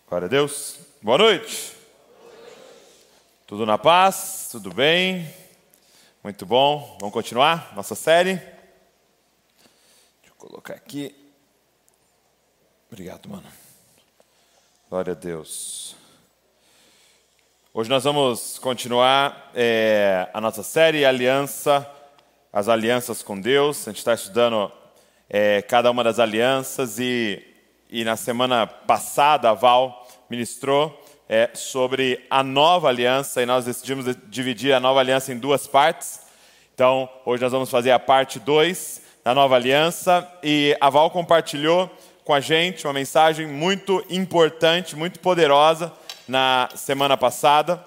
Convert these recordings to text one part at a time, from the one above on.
Glória a Deus. Boa noite. Tudo na paz? Tudo bem? Muito bom. Vamos continuar nossa série? Deixa eu colocar aqui. Obrigado, mano. Glória a Deus. Hoje nós vamos continuar a nossa série Aliança, as alianças com Deus. A gente está estudando cada uma das alianças e na semana passada a Val ministrou sobre a nova aliança e nós decidimos dividir a nova aliança em duas partes. Então, hoje nós vamos fazer a parte 2 da nova aliança e a Val compartilhou com a gente uma mensagem muito importante, muito poderosa na semana passada.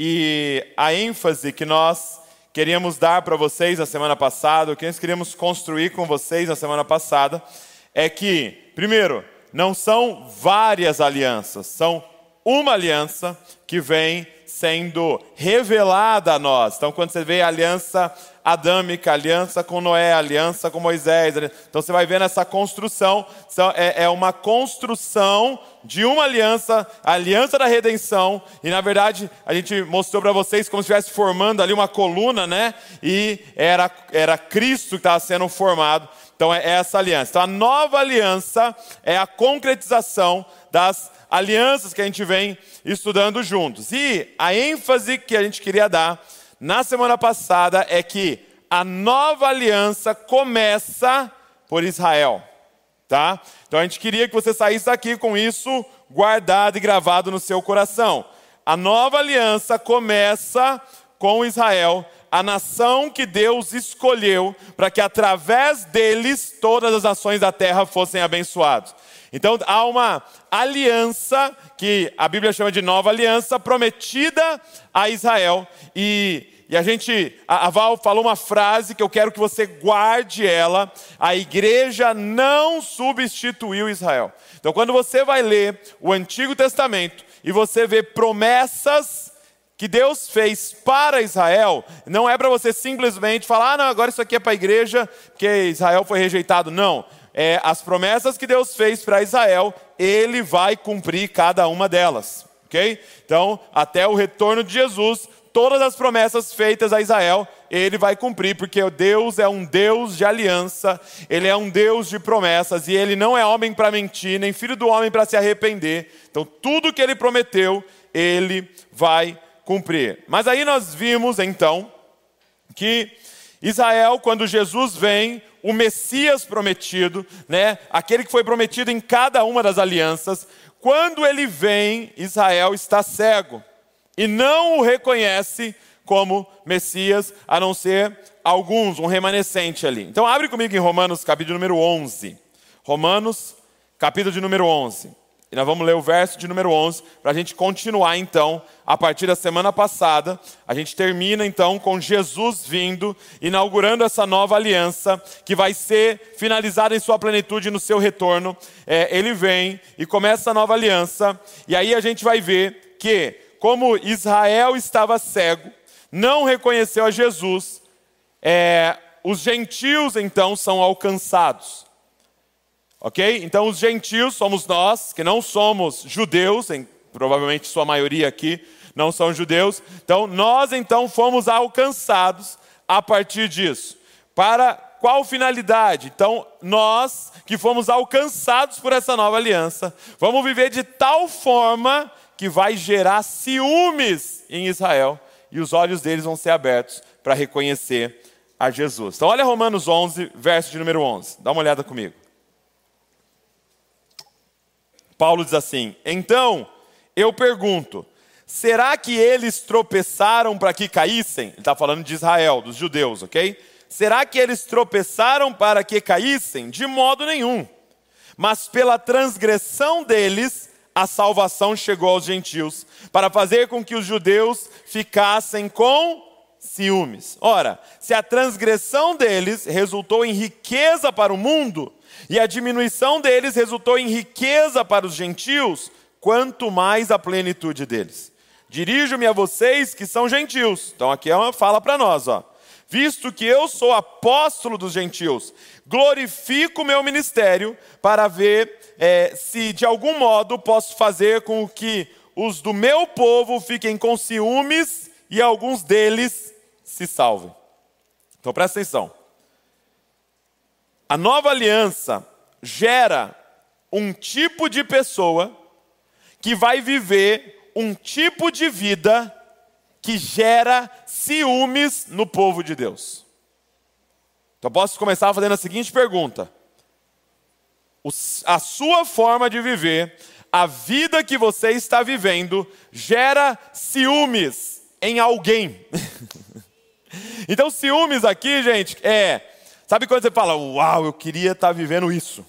E a ênfase que nós queríamos dar para vocês na semana passada, o que nós queríamos construir com vocês na semana passada, é que, primeiro, não são várias alianças, são uma aliança que vem sendo revelada a nós. Então, quando você vê a aliança adâmica, aliança com Noé, aliança com Moisés, então você vai vendo essa construção, é uma construção de uma aliança, a aliança da redenção, e na verdade a gente mostrou para vocês como se estivesse formando ali uma coluna, né? E era Cristo que estava sendo formado. Então é essa aliança. Então a nova aliança é a concretização das alianças que a gente vem estudando juntos. E a ênfase que a gente queria dar na semana passada é que a nova aliança começa por Israel, tá? Então a gente queria que você saísse daqui com isso guardado e gravado no seu coração. A nova aliança começa com Israel, a nação que Deus escolheu para que através deles todas as nações da terra fossem abençoadas. Então há uma aliança que a Bíblia chama de nova aliança prometida a Israel. E a Val falou uma frase que eu quero que você guarde ela: a igreja não substituiu Israel. Então quando você vai ler o Antigo Testamento e você vê promessas que Deus fez para Israel, não é para você simplesmente falar, não, agora isso aqui é para a igreja, porque Israel foi rejeitado. Não, as promessas que Deus fez para Israel, Ele vai cumprir cada uma delas, ok? Então, até o retorno de Jesus, todas as promessas feitas a Israel, Ele vai cumprir, porque Deus é um Deus de aliança, Ele é um Deus de promessas, e Ele não é homem para mentir, nem filho do homem para se arrepender. Então, tudo que Ele prometeu, Ele vai cumprir. Mas aí nós vimos então que Israel, quando Jesus vem, o Messias prometido, né, aquele que foi prometido em cada uma das alianças, quando ele vem, Israel está cego e não o reconhece como Messias, a não ser alguns, um remanescente ali. Então abre comigo em Romanos capítulo número 11. Romanos capítulo de número 11. E nós vamos ler o verso de número 11, para a gente continuar então, a partir da semana passada. A gente termina então com Jesus vindo, inaugurando essa nova aliança, que vai ser finalizada em sua plenitude no seu retorno. Ele vem e começa a nova aliança, e aí a gente vai ver que, como Israel estava cego, não reconheceu a Jesus, os gentios então são alcançados. Ok? Então os gentios somos nós, que não somos judeus, provavelmente sua maioria aqui não são judeus. Então nós então fomos alcançados a partir disso. Para qual finalidade? Então nós que fomos alcançados por essa nova aliança, vamos viver de tal forma que vai gerar ciúmes em Israel e os olhos deles vão ser abertos para reconhecer a Jesus. Então olha Romanos 11, verso de número 11. Dá uma olhada comigo. Paulo diz assim: então eu pergunto, será que eles tropeçaram para que caíssem? Ele está falando de Israel, dos judeus, ok? Será que eles tropeçaram para que caíssem? De modo nenhum. Mas pela transgressão deles, a salvação chegou aos gentios, para fazer com que os judeus ficassem com ciúmes. Ora, se a transgressão deles resultou em riqueza para o mundo, e a diminuição deles resultou em riqueza para os gentios, quanto mais a plenitude deles. Dirijo-me a vocês que são gentios. Então aqui é uma fala para nós, ó. visto que eu sou apóstolo dos gentios, glorifico o meu ministério para ver se de algum modo posso fazer com que os do meu povo fiquem com ciúmes e alguns deles se salvem. Então presta atenção. A nova aliança gera um tipo de pessoa que vai viver um tipo de vida que gera ciúmes no povo de Deus. Então posso começar fazendo a seguinte pergunta: a sua forma de viver, a vida que você está vivendo, gera ciúmes em alguém? Então ciúmes aqui, gente, sabe quando você fala, uau, eu queria estar vivendo isso?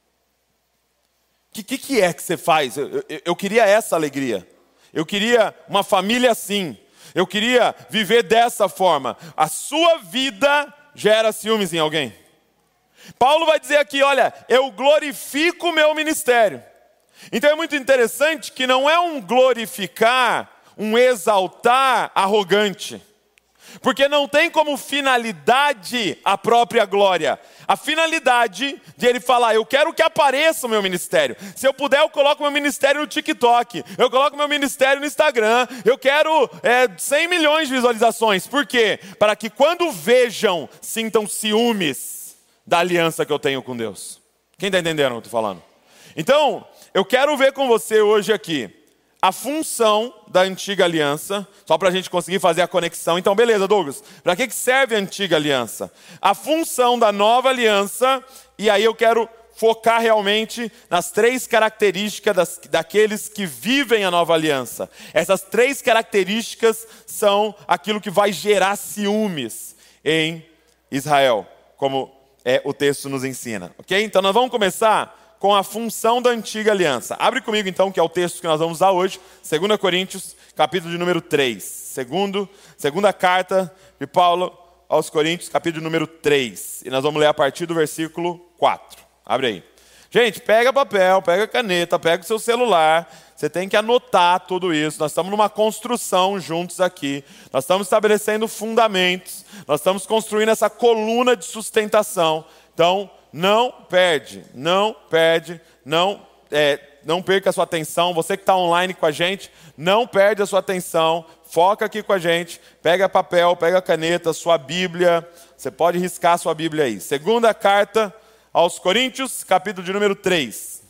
O que é que você faz? Eu queria essa alegria. Eu queria uma família assim. Eu queria viver dessa forma. A sua vida gera ciúmes em alguém? Paulo vai dizer aqui, olha, eu glorifico o meu ministério. Então é muito interessante que não é um glorificar, um exaltar arrogante. Porque não tem como finalidade a própria glória. A finalidade de ele falar, eu quero que apareça o meu ministério. Se eu puder, eu coloco meu ministério no TikTok. Eu coloco meu ministério no Instagram. Eu quero 100 milhões de visualizações. Por quê? Para que quando vejam, sintam ciúmes da aliança que eu tenho com Deus. Quem está entendendo o que eu estou falando? Então, eu quero ver com você hoje aqui a função da antiga aliança, só para a gente conseguir fazer a conexão. Então, beleza, Douglas, para que serve a antiga aliança? A função da nova aliança, e aí eu quero focar realmente nas 3 características daqueles que vivem a nova aliança. Essas 3 características são aquilo que vai gerar ciúmes em Israel, como o texto nos ensina, ok? Então nós vamos começar com a função da antiga aliança. Abre comigo então, que é o texto que nós vamos usar hoje, 2 Coríntios, capítulo de número 3. Segunda carta de Paulo aos Coríntios, capítulo de número 3. E nós vamos ler a partir do versículo 4. Abre aí. Gente, pega papel, pega caneta, pega o seu celular. Você tem que anotar tudo isso. Nós estamos numa construção juntos aqui. Nós estamos estabelecendo fundamentos. Nós estamos construindo essa coluna de sustentação. Então, não perca a sua atenção. Você que está online com a gente, não perde a sua atenção. Foca aqui com a gente. Pega papel, pega caneta, sua Bíblia. Você pode riscar a sua Bíblia aí. 2ª carta aos Coríntios, capítulo de número 3.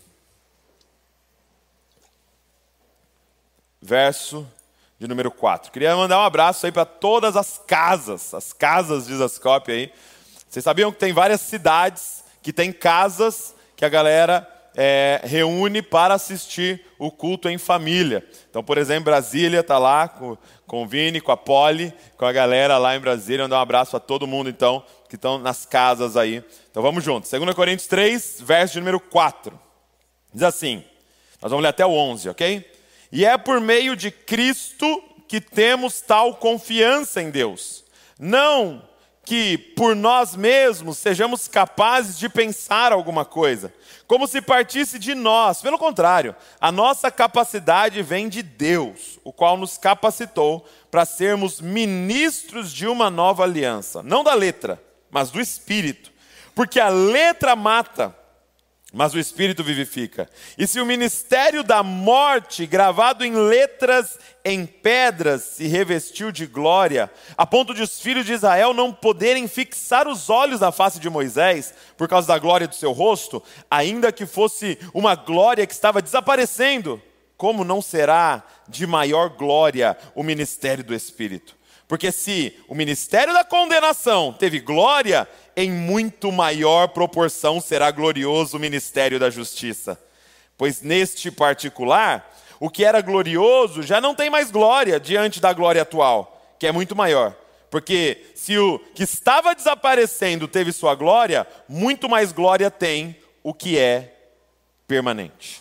Verso de número 4. Queria mandar um abraço aí para todas as casas de Zascope aí. Vocês sabiam que tem várias cidades que tem casas que a galera reúne para assistir o culto em família. Então, por exemplo, Brasília está lá com o Vini, com a Poli, com a galera lá em Brasília. Mandar um abraço a todo mundo, então, que estão nas casas aí. Então, vamos juntos. 2 Coríntios 3, verso de número 4. Diz assim, nós vamos ler até o 11, ok? E é por meio de Cristo que temos tal confiança em Deus. Não que por nós mesmos sejamos capazes de pensar alguma coisa, como se partisse de nós. Pelo contrário, a nossa capacidade vem de Deus, o qual nos capacitou para sermos ministros de uma nova aliança. Não da letra, mas do Espírito. Porque a letra mata, mas o Espírito vivifica. E se o ministério da morte, gravado em letras em pedras, se revestiu de glória, a ponto de os filhos de Israel não poderem fixar os olhos na face de Moisés, por causa da glória do seu rosto, ainda que fosse uma glória que estava desaparecendo, como não será de maior glória o ministério do Espírito? Porque se o ministério da condenação teve glória, em muito maior proporção será glorioso o ministério da justiça. Pois neste particular, o que era glorioso já não tem mais glória diante da glória atual, que é muito maior. Porque se o que estava desaparecendo teve sua glória, muito mais glória tem o que é permanente.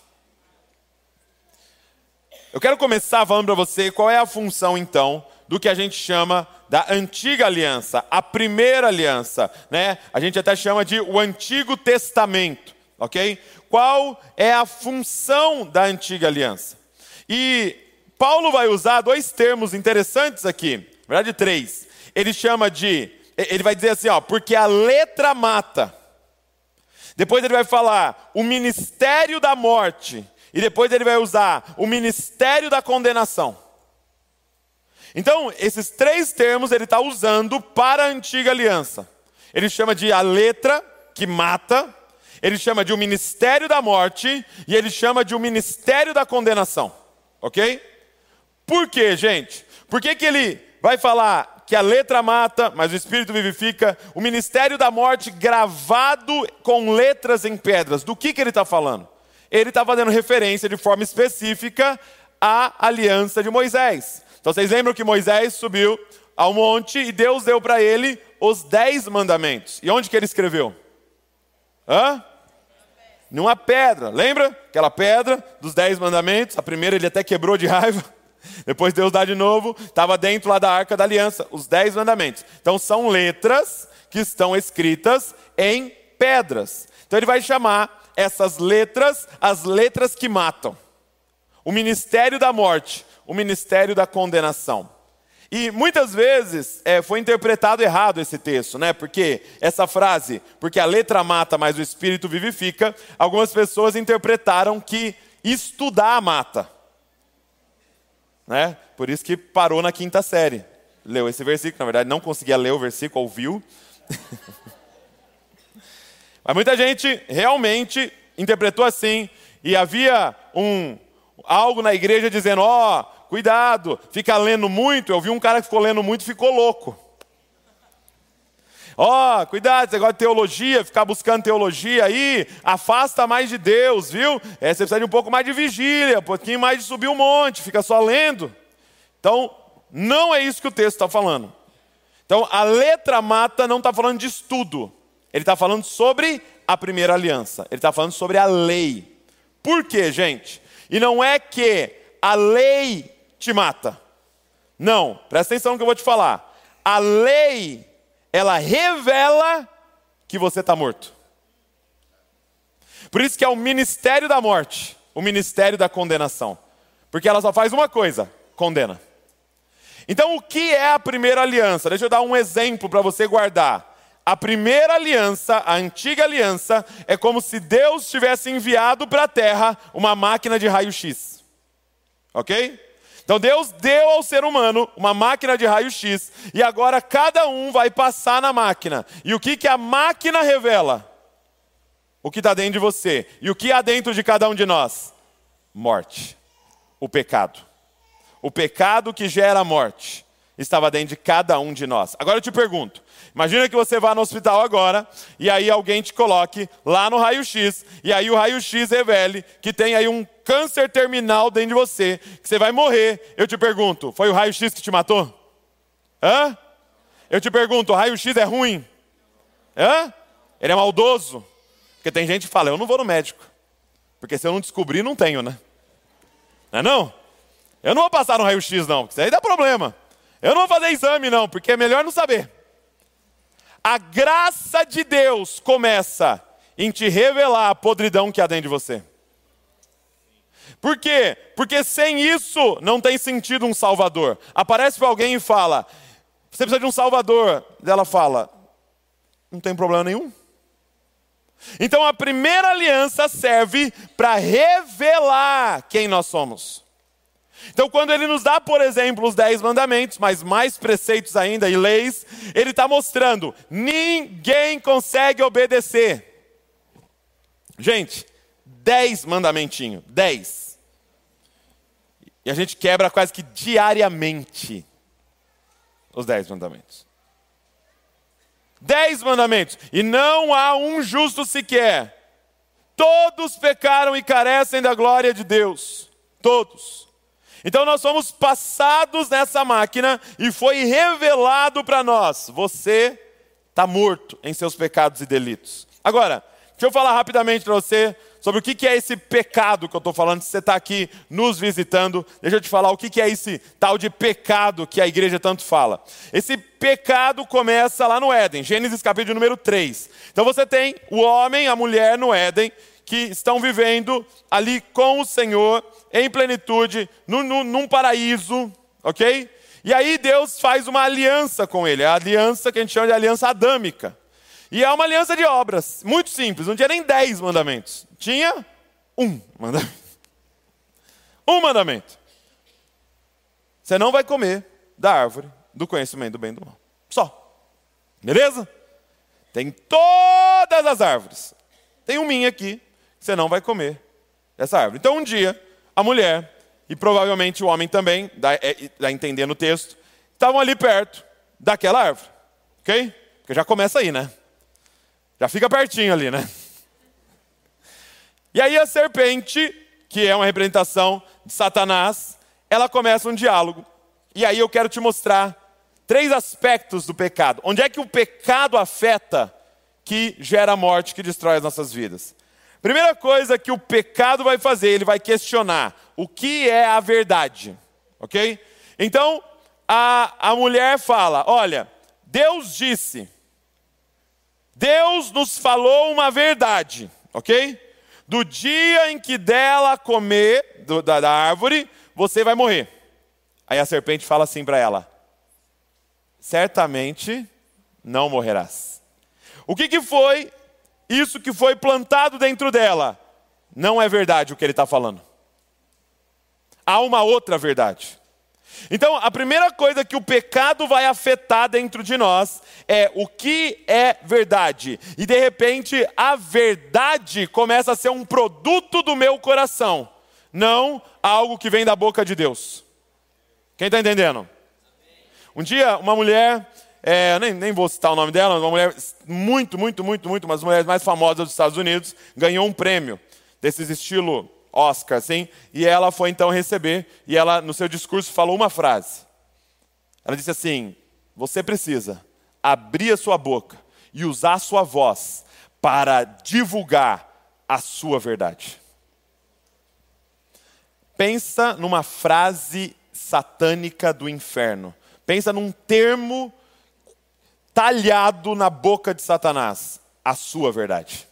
Eu quero começar falando para você qual é a função, então, do que a gente chama da antiga aliança, a primeira aliança, né? A gente até chama de o Antigo Testamento, ok? Qual é a função da antiga aliança? E Paulo vai usar 2 termos interessantes aqui, na verdade 3. Ele chama de ele vai dizer assim, ó, porque a letra mata. Depois ele vai falar o ministério da morte. E depois ele vai usar o ministério da condenação. Então, esses três termos ele está usando para a antiga aliança. Ele chama de a letra que mata, ele chama de o ministério da morte e ele chama de o ministério da condenação. Ok? Por quê, gente? Por que ele vai falar que a letra mata, mas o Espírito vivifica, o ministério da morte gravado com letras em pedras? Do que ele está falando? Ele está fazendo referência de forma específica à aliança de Moisés. Então vocês lembram que Moisés subiu ao monte e Deus deu para ele os 10 mandamentos. E onde que ele escreveu? Numa pedra. Lembra? Aquela pedra dos 10 mandamentos. A primeira ele até quebrou de raiva. Depois Deus dá de novo. Estava dentro lá da Arca da Aliança. Os 10 mandamentos. Então são letras que estão escritas em pedras. Então ele vai chamar essas letras, as letras que matam. O ministério da morte, o ministério da condenação. E muitas vezes foi interpretado errado esse texto, né? Porque essa frase, porque a letra mata, mas o Espírito vivifica, algumas pessoas interpretaram que estudar mata. Né? Por isso que parou na 5ª série. Leu esse versículo, na verdade não conseguia ler o versículo, ouviu. Mas muita gente realmente interpretou assim, e havia algo na igreja dizendo, cuidado, fica lendo muito. Eu vi um cara que ficou lendo muito e ficou louco. Cuidado, esse negócio de teologia, ficar buscando teologia aí, afasta mais de Deus, viu? Você precisa de um pouco mais de vigília, um pouquinho mais de subir o monte, fica só lendo. Então, não é isso que o texto está falando. Então, a letra mata não está falando de estudo. Ele está falando sobre a primeira aliança. Ele está falando sobre a lei. Por quê, gente? E não é que a lei te mata. Não, presta atenção no que eu vou te falar. A lei, ela revela que você está morto. Por isso que é o ministério da morte, o ministério da condenação. Porque ela só faz uma coisa, condena. Então o que é a primeira aliança? Deixa eu dar um exemplo para você guardar. A primeira aliança, a antiga aliança, é como se Deus tivesse enviado para a terra uma máquina de raio-x. Ok? Então Deus deu ao ser humano uma máquina de raio-x e agora cada um vai passar na máquina. E o que a máquina revela? O que está dentro de você. E o que há dentro de cada um de nós? Morte. O pecado. O pecado que gera morte estava dentro de cada um de nós. Agora eu te pergunto, imagina que você vá no hospital agora, e aí alguém te coloque lá no raio-x, e aí o raio-x revele que tem aí um câncer terminal dentro de você, que você vai morrer. Eu te pergunto, foi o raio-x que te matou? Eu te pergunto, o raio-x é ruim? Ele é maldoso? Porque tem gente que fala, eu não vou no médico, porque se eu não descobrir, não tenho, né? Não é não? Eu não vou passar no raio-x não, porque isso aí dá problema. Eu não vou fazer exame não, porque é melhor não saber. A graça de Deus começa em te revelar a podridão que há dentro de você. Por quê? Porque sem isso não tem sentido um salvador. Aparece para alguém e fala, você precisa de um salvador. Ela fala, não tem problema nenhum. Então a primeira aliança serve para revelar quem nós somos. Então quando ele nos dá, por exemplo, os 10 mandamentos, mas mais preceitos ainda e leis, ele está mostrando, ninguém consegue obedecer. Gente, 10 mandamentinhos, 10. E a gente quebra quase que diariamente os 10 mandamentos. 10 mandamentos, e não há um justo sequer. Todos pecaram e carecem da glória de Deus. Todos. Então nós fomos passados nessa máquina e foi revelado para nós. Você está morto em seus pecados e delitos. Agora, deixa eu falar rapidamente para você sobre o que é esse pecado que eu estou falando. Se você está aqui nos visitando, deixa eu te falar o que é esse tal de pecado que a igreja tanto fala. Esse pecado começa lá no Éden, Gênesis capítulo número 3. Então você tem o homem, a mulher no Éden, que estão vivendo ali com o Senhor, em plenitude, num paraíso, ok? E aí Deus faz uma aliança com ele, a aliança que a gente chama de aliança adâmica. E é uma aliança de obras, muito simples, não tinha nem 10 mandamentos, tinha um mandamento. Um mandamento. Você não vai comer da árvore do conhecimento do bem e do mal. Só. Beleza? Tem todas as árvores. Tem um minha aqui, que você não vai comer dessa árvore. Então um dia, a mulher, e provavelmente o homem também, dá a entender no texto, estavam ali perto daquela árvore. Ok? Porque já começa aí, né? Já fica pertinho ali, né? E aí a serpente, que é uma representação de Satanás, ela começa um diálogo. E aí eu quero te mostrar 3 aspectos do pecado. Onde é que o pecado afeta, que gera morte, que destrói as nossas vidas? Primeira coisa que o pecado vai fazer, ele vai questionar o que é a verdade. Ok? Então, a mulher fala, olha, Deus disse, Deus nos falou uma verdade, ok? Do dia em que dela comer da árvore, você vai morrer. Aí a serpente fala assim para ela, certamente não morrerás. O que foi isso que foi plantado dentro dela? Não é verdade o que ele está falando. Há uma outra verdade. Então, a primeira coisa que o pecado vai afetar dentro de nós é o que é verdade. E de repente, a verdade começa a ser um produto do meu coração, não algo que vem da boca de Deus. Quem está entendendo? Um dia, uma mulher, nem vou citar o nome dela, uma mulher muito, uma das mulheres mais famosas dos Estados Unidos, ganhou um prêmio desses estilo Oscar, assim, e ela foi então receber, e ela, no seu discurso, falou uma frase. Ela disse assim, você precisa abrir a sua boca e usar a sua voz para divulgar a sua verdade. Pensa numa frase satânica do inferno. Pensa num termo talhado na boca de Satanás. A sua verdade.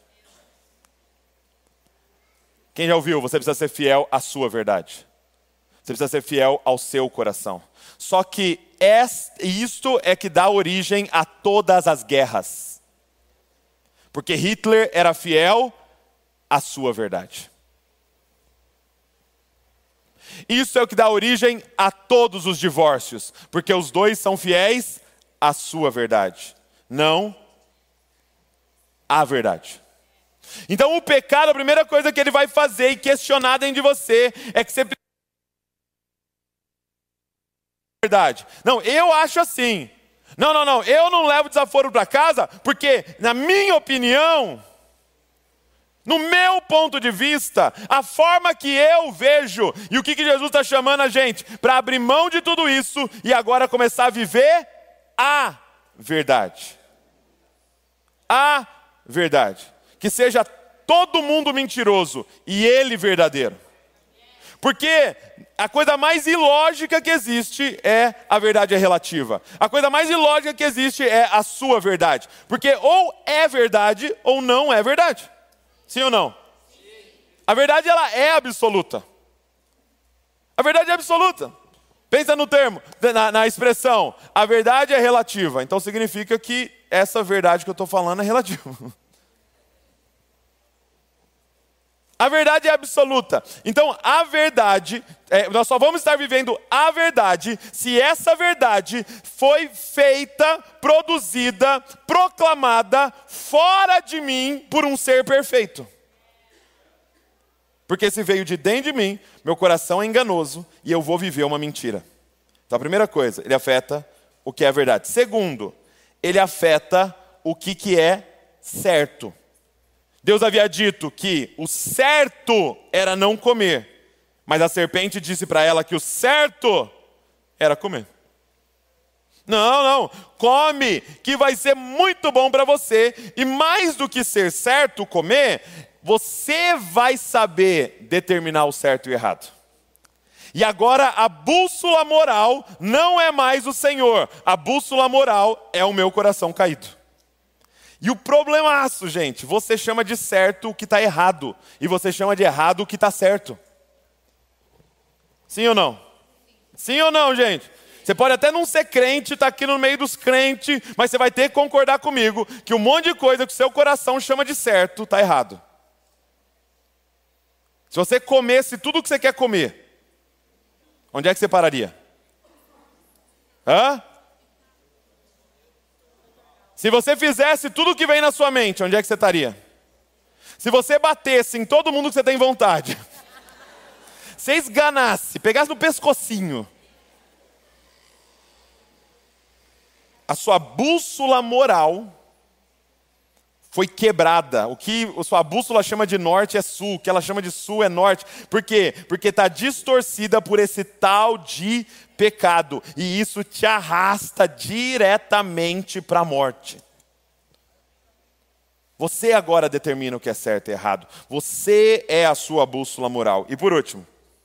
Quem já ouviu? Você precisa ser fiel à sua verdade. Você precisa ser fiel ao seu coração. Só que isto é que dá origem a todas as guerras. Porque Hitler era fiel à sua verdade. Isso é o que dá origem a todos os divórcios. Porque os dois são fiéis à sua verdade. Não à verdade. Então o pecado, a primeira coisa que ele vai fazer e questionar dentro de você é que você precisa de verdade. Não, eu acho assim. Não, eu não levo desaforo para casa porque, na minha opinião, no meu ponto de vista, a forma que eu vejo, e o que Jesus está chamando a gente? Para abrir mão de tudo isso e agora começar a viver a verdade. A verdade. Que seja todo mundo mentiroso e ele verdadeiro. Porque a coisa mais ilógica que existe é a verdade é relativa. A coisa mais ilógica que existe é a sua verdade. Porque ou é verdade ou não é verdade. Sim ou não? Sim. A verdade ela é absoluta. A verdade é absoluta. Pensa no termo, na expressão, a verdade é relativa. Então significa que essa verdade que eu estou falando é relativa. A verdade é absoluta. Então, a verdade, nós só vamos estar vivendo a verdade se essa verdade foi feita, produzida, proclamada fora de mim por um ser perfeito. Porque se veio de dentro de mim, meu coração é enganoso e eu vou viver uma mentira. Então, a primeira coisa, ele afeta o que é verdade. Segundo, ele afeta o que é certo. Deus havia dito que o certo era não comer, mas a serpente disse para ela que o certo era comer. Não, come, que vai ser muito bom para você, e mais do que ser certo comer, você vai saber determinar o certo e o errado. E agora a bússola moral não é mais o Senhor, a bússola moral é o meu coração caído. E o problemaço, gente, você chama de certo o que está errado. E você chama de errado o que está certo. Sim ou não? Sim ou não, gente? Você pode até não ser crente, estar aqui no meio dos crentes, mas você vai ter que concordar comigo que um monte de coisa que o seu coração chama de certo está errado. Se você comesse tudo o que você quer comer, onde é que você pararia? Hã? Se você fizesse tudo o que vem na sua mente, onde é que você estaria? Se você batesse em todo mundo que você tem vontade, se esganasse, pegasse no pescocinho, a sua bússola moral foi quebrada. O que a sua bússola chama de norte é sul, o que ela chama de sul é norte. Por quê? Porque está distorcida por esse tal de pecado. E isso te arrasta diretamente para a morte. Você agora determina o que é certo e errado. Você é a sua bússola moral. E por último,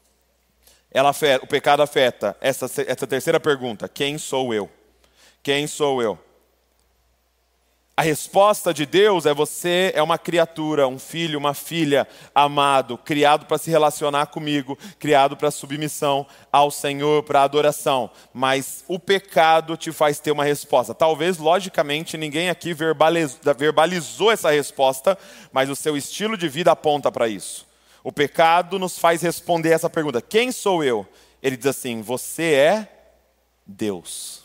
o pecado afeta essa terceira pergunta: quem sou eu? Quem sou eu? A resposta de Deus é: você é uma criatura, um filho, uma filha amado, criado para se relacionar comigo, criado para submissão ao Senhor, para adoração. Mas o pecado te faz ter uma resposta. Talvez, logicamente, ninguém aqui verbalizou essa resposta, mas o seu estilo de vida aponta para isso. O pecado nos faz responder essa pergunta: quem sou eu? Ele diz assim: você é Deus.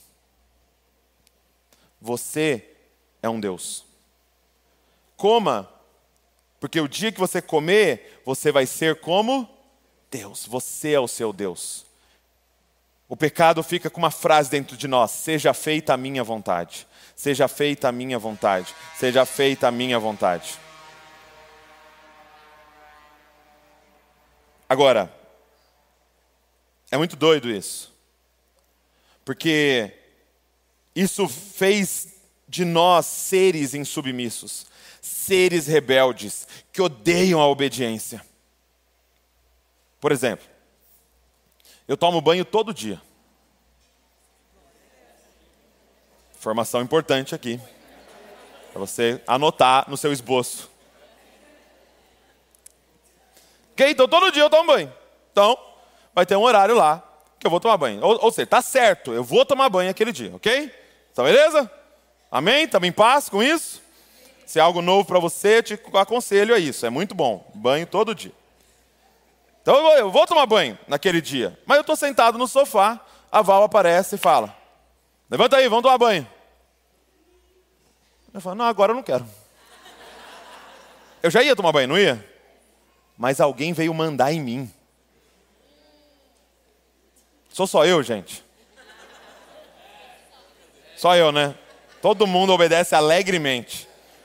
Você é um Deus. Coma, porque o dia que você comer, você vai ser como Deus. Você é o seu Deus. O pecado fica com uma frase dentro de nós: seja feita a minha vontade. Seja feita a minha vontade. Seja feita a minha vontade. Agora, é muito doido isso. Porque isso fez de nós seres insubmissos, seres rebeldes, que odeiam a obediência. Por exemplo, eu tomo banho todo dia. Informação importante aqui, para você anotar no seu esboço. Ok? Então todo dia eu tomo banho. Então, vai ter um horário lá que eu vou tomar banho. Ou seja, tá certo, eu vou tomar banho aquele dia, ok? Tá beleza? Amém? Estamos em paz com isso? Se é algo novo para você, te aconselho a isso. É muito bom. Banho todo dia. Então eu vou tomar banho naquele dia. Mas eu estou sentado no sofá, a Val aparece e fala: levanta aí, vamos tomar banho. Eu falo: não, agora eu não quero. Eu já ia tomar banho, não ia? Mas alguém veio mandar em mim. Sou só eu, gente? Só eu, né? Todo mundo obedece alegremente.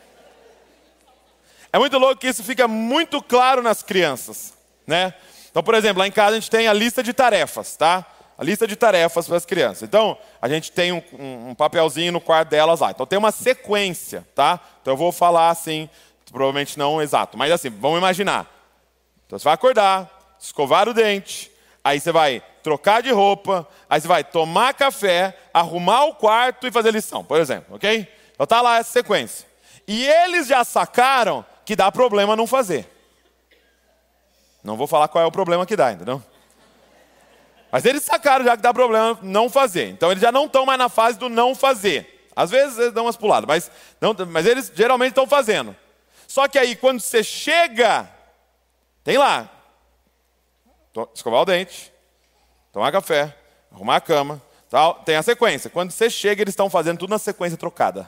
É muito louco que isso fica muito claro nas crianças, né? Então, por exemplo, lá em casa a gente tem a lista de tarefas, tá? A lista de tarefas para as crianças. Então, a gente tem um papelzinho no quarto delas lá. Então, tem uma sequência, tá? Então, eu vou falar assim, provavelmente não exato, mas assim, vamos imaginar. Então, você vai acordar, escovar o dente, aí você vai trocar de roupa, aí você vai tomar café, arrumar o quarto e fazer lição, por exemplo, ok? Então tá lá essa sequência. E eles já sacaram que dá problema não fazer. Não vou falar qual é o problema que dá, entendeu? Mas eles sacaram já que dá problema não fazer. Então eles já não estão mais na fase do não fazer. Às vezes eles dão umas puladas, mas eles geralmente estão fazendo. Só que aí quando você chega, tem lá, escovar o dente, tomar café, arrumar a cama, tal, tem a sequência. Quando você chega, eles estão fazendo tudo na sequência trocada.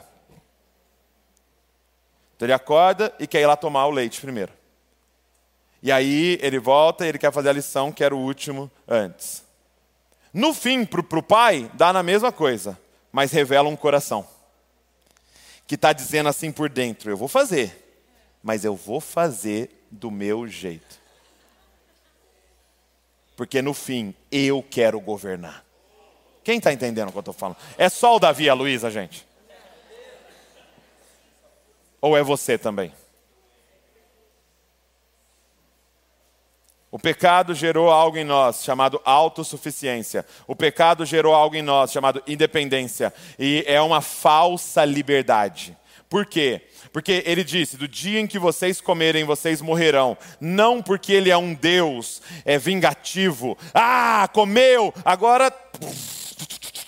Então ele acorda e quer ir lá tomar o leite primeiro. E aí ele volta e ele quer fazer a lição, que era o último antes. No fim, para o pai, dá na mesma coisa, mas revela um coração que está dizendo assim por dentro: eu vou fazer, mas eu vou fazer do meu jeito. Porque no fim, eu quero governar. Quem está entendendo o que eu estou falando? É só o Davi e a Luísa, gente? Ou é você também? O pecado gerou algo em nós chamado autossuficiência. O pecado gerou algo em nós chamado independência. E é uma falsa liberdade. Por quê? Porque ele disse: do dia em que vocês comerem, vocês morrerão. Não porque ele é um Deus vingativo. Ah, comeu, agora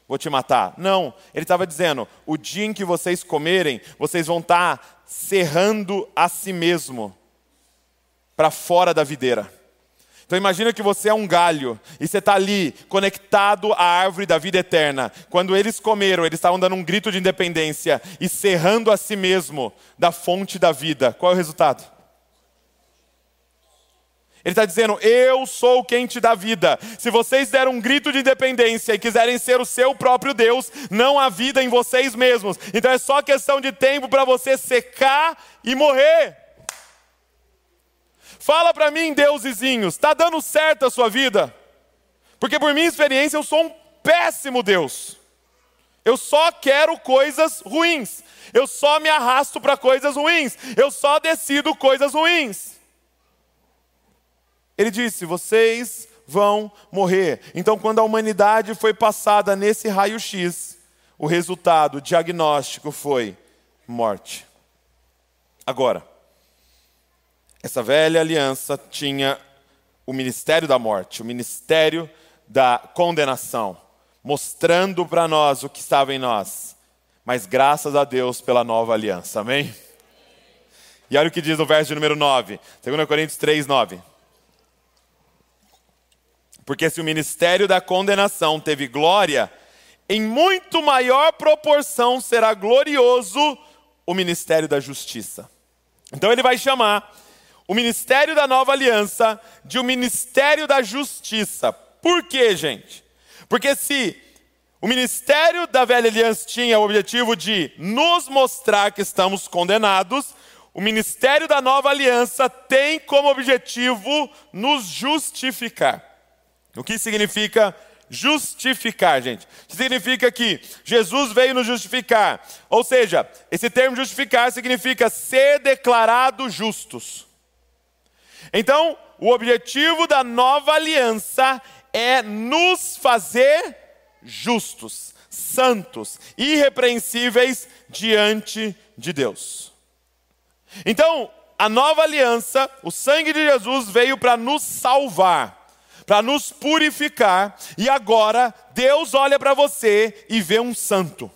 vou te matar. Não, ele estava dizendo, o dia em que vocês comerem, vocês vão estar serrando a si mesmo para fora da videira. Então imagina que você é um galho e você está ali conectado à árvore da vida eterna. Quando eles comeram, eles estavam dando um grito de independência e serrando a si mesmo da fonte da vida. Qual é o resultado? Ele está dizendo, eu sou quem te dá vida. Se vocês deram um grito de independência e quiserem ser o seu próprio Deus, não há vida em vocês mesmos. Então é só questão de tempo para você secar e morrer. Fala para mim, deusezinhos, está dando certo a sua vida? Porque por minha experiência eu sou um péssimo Deus. Eu só quero coisas ruins. Eu só me arrasto para coisas ruins. Eu só decido coisas ruins. Ele disse, vocês vão morrer. Então quando a humanidade foi passada nesse raio-x, o resultado, o diagnóstico foi morte. Agora, essa velha aliança tinha o ministério da morte, o ministério da condenação, mostrando para nós o que estava em nós. Mas graças a Deus pela nova aliança, amém? E olha o que diz no verso de número 9, 2 Coríntios 3, 9. Porque se o ministério da condenação teve glória, em muito maior proporção será glorioso o ministério da justiça. Então ele vai chamar o ministério da nova aliança de o ministério da justiça. Por quê, gente? Porque se o ministério da velha aliança tinha o objetivo de nos mostrar que estamos condenados, o ministério da nova aliança tem como objetivo nos justificar. O que significa justificar, gente? Significa que Jesus veio nos justificar. Ou seja, esse termo justificar significa ser declarado justos. Então, o objetivo da nova aliança é nos fazer justos, santos, irrepreensíveis diante de Deus. Então, a nova aliança, o sangue de Jesus veio para nos salvar, para nos purificar, e agora Deus olha para você e vê um santo.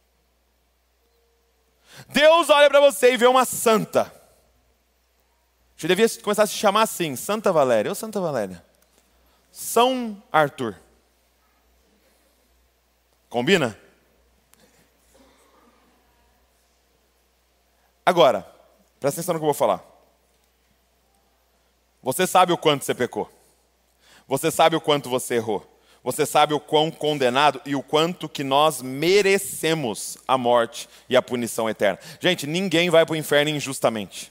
Deus olha para você e vê uma santa. Você devia começar a se chamar assim, Santa Valéria. Ô Santa Valéria. São Arthur. Combina? Agora, presta atenção no que eu vou falar. Você sabe o quanto você pecou. Você sabe o quanto você errou. Você sabe o quão condenado e o quanto que nós merecemos a morte e a punição eterna. Gente, ninguém vai para o inferno injustamente.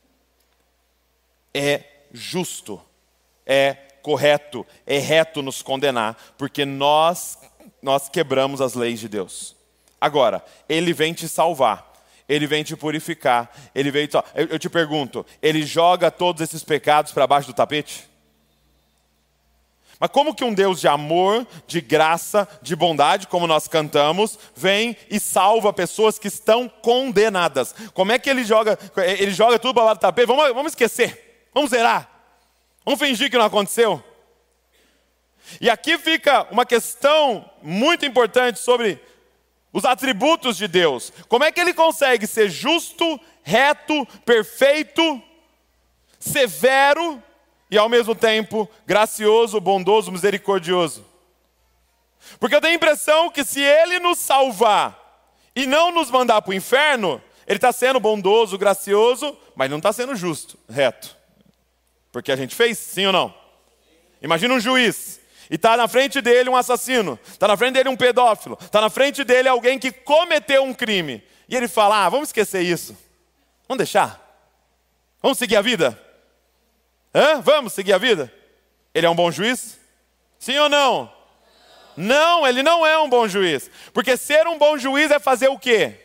É justo, é correto, é reto nos condenar, porque nós quebramos as leis de Deus. Agora, Ele vem te salvar, Ele vem te purificar, Ele vem te... Eu te pergunto, Ele joga todos esses pecados para baixo do tapete? Mas como que um Deus de amor, de graça, de bondade, como nós cantamos, vem e salva pessoas que estão condenadas? Como é que Ele joga tudo para baixo do tapete? Vamos esquecer. Vamos zerar. Vamos fingir que não aconteceu. E aqui fica uma questão muito importante sobre os atributos de Deus. Como é que Ele consegue ser justo, reto, perfeito, severo e ao mesmo tempo gracioso, bondoso, misericordioso? Porque eu tenho a impressão que se Ele nos salvar e não nos mandar para o inferno, Ele está sendo bondoso, gracioso, mas não está sendo justo, reto. Porque a gente fez, sim ou não? Imagina um juiz, e está na frente dele um assassino, está na frente dele um pedófilo, está na frente dele alguém que cometeu um crime. E ele fala, vamos esquecer isso. Vamos deixar? Vamos seguir a vida? Vamos seguir a vida? Ele é um bom juiz? Sim ou não? Não, ele não é um bom juiz. Porque ser um bom juiz é fazer o quê?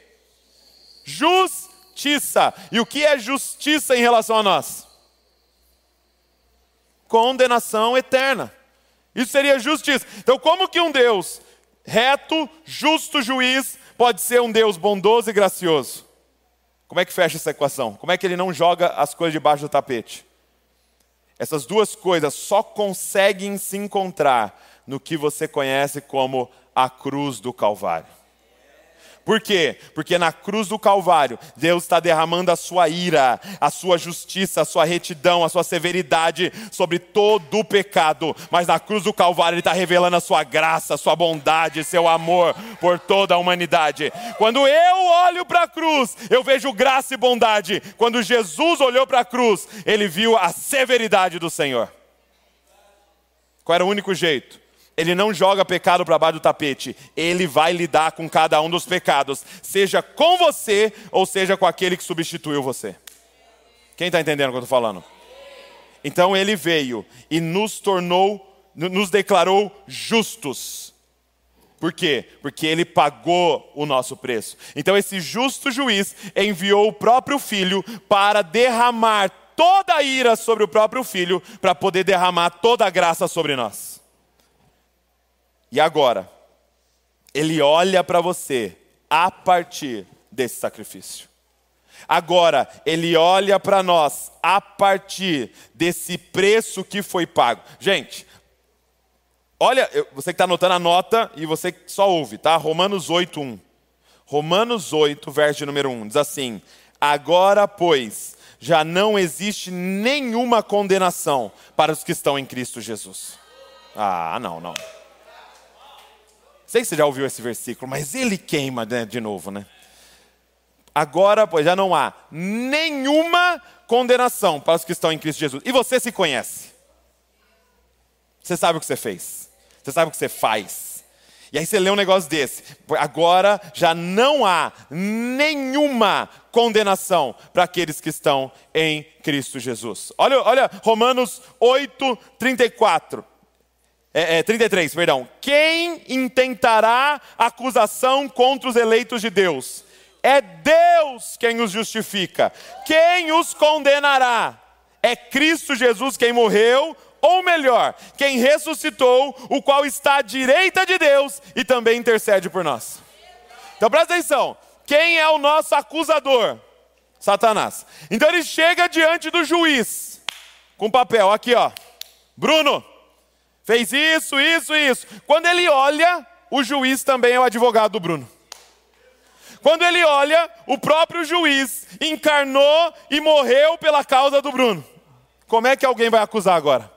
Justiça. E o que é justiça em relação a nós? Condenação eterna. Isso seria justiça. Então como que um Deus reto, justo juiz pode ser um Deus bondoso e gracioso? Como é que fecha essa equação? Como é que Ele não joga as coisas debaixo do tapete? Essas duas coisas só conseguem se encontrar no que você conhece como a cruz do Calvário. Por quê? Porque na cruz do Calvário, Deus está derramando a sua ira, a sua justiça, a sua retidão, a sua severidade sobre todo o pecado. Mas na cruz do Calvário Ele está revelando a sua graça, a sua bondade, seu amor por toda a humanidade. Quando eu olho para a cruz, eu vejo graça e bondade. Quando Jesus olhou para a cruz, Ele viu a severidade do Senhor. Qual era o único jeito? Ele não joga pecado para baixo do tapete. Ele vai lidar com cada um dos pecados. Seja com você ou seja com aquele que substituiu você. Quem está entendendo o que eu estou falando? Então Ele veio e nos declarou justos. Por quê? Porque Ele pagou o nosso preço. Então esse justo juiz enviou o próprio Filho para derramar toda a ira sobre o próprio Filho, para poder derramar toda a graça sobre nós. E agora, Ele olha para você a partir desse sacrifício. Agora, Ele olha para nós a partir desse preço que foi pago. Gente, olha, você que está anotando, anota e você que só ouve, tá? Romanos 8:1. Romanos 8, verso de número 1, diz assim: agora, pois, já não existe nenhuma condenação para os que estão em Cristo Jesus. Não. Sei que você já ouviu esse versículo, mas ele queima, né, de novo, né? Agora, pois, já não há nenhuma condenação para os que estão em Cristo Jesus. E você se conhece. Você sabe o que você fez. Você sabe o que você faz. E aí você lê um negócio desse. Agora já não há nenhuma condenação para aqueles que estão em Cristo Jesus. Olha Romanos 8, 34. 33, perdão. Quem intentará acusação contra os eleitos de Deus? É Deus quem os justifica. Quem os condenará? É Cristo Jesus quem morreu, ou melhor, quem ressuscitou, o qual está à direita de Deus e também intercede por nós. Então presta atenção. Quem é o nosso acusador? Satanás. Então ele chega diante do juiz com papel, aqui ó. Bruno, fez isso. Quando ele olha, o juiz também é o advogado do Bruno. Quando ele olha, o próprio juiz encarnou e morreu pela causa do Bruno. Como é que alguém vai acusar agora?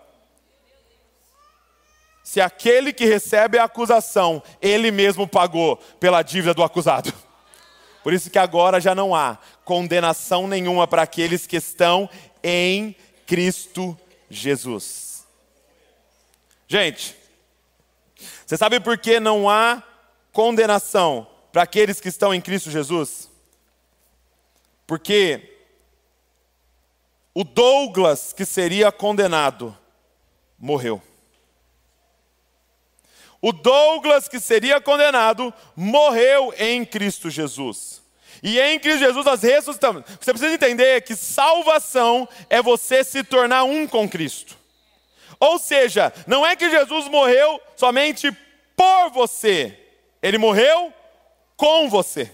Se aquele que recebe a acusação, ele mesmo pagou pela dívida do acusado. Por isso que agora já não há condenação nenhuma para aqueles que estão em Cristo Jesus. Gente, você sabe por que não há condenação para aqueles que estão em Cristo Jesus? Porque o Douglas, que seria condenado, morreu. O Douglas, que seria condenado, morreu em Cristo Jesus. E em Cristo Jesus nós ressuscitamos. Você precisa entender que salvação é você se tornar um com Cristo. Ou seja, não é que Jesus morreu somente por você. Ele morreu com você.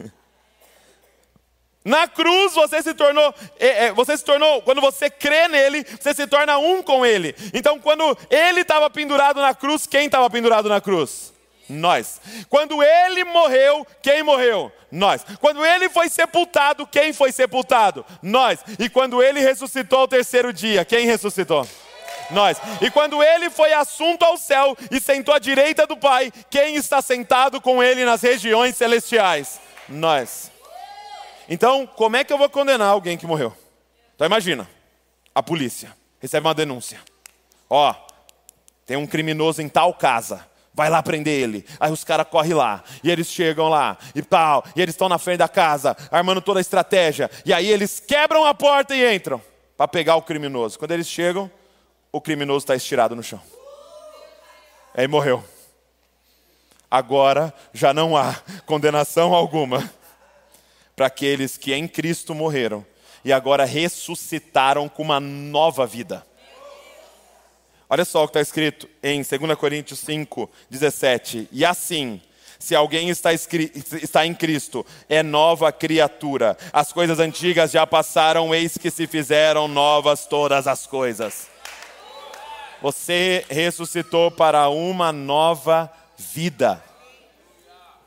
Na cruz você se tornou, quando você crê nele, você se torna um com ele. Então quando ele estava pendurado na cruz, quem estava pendurado na cruz? Nós. Quando ele morreu, quem morreu? Nós. Quando ele foi sepultado, quem foi sepultado? Nós. E quando ele ressuscitou ao terceiro dia, quem ressuscitou? Nós. E quando ele foi assunto ao céu e sentou à direita do Pai, quem está sentado com ele nas regiões celestiais? Nós. Então, como é que eu vou condenar alguém que morreu? Então imagina, a polícia recebe uma denúncia. Tem um criminoso em tal casa, vai lá prender ele. Aí os caras correm lá, e eles chegam lá, e tal, e eles estão na frente da casa, armando toda a estratégia. E aí eles quebram a porta e entram, para pegar o criminoso. Quando eles chegam, o criminoso está estirado no chão. Aí morreu. Agora já não há condenação alguma para aqueles que em Cristo morreram e agora ressuscitaram com uma nova vida. Olha só o que está escrito em 2 Coríntios 5, 17. E assim, se alguém está em Cristo, é nova criatura. As coisas antigas já passaram, eis que se fizeram novas todas as coisas. Você ressuscitou para uma nova vida.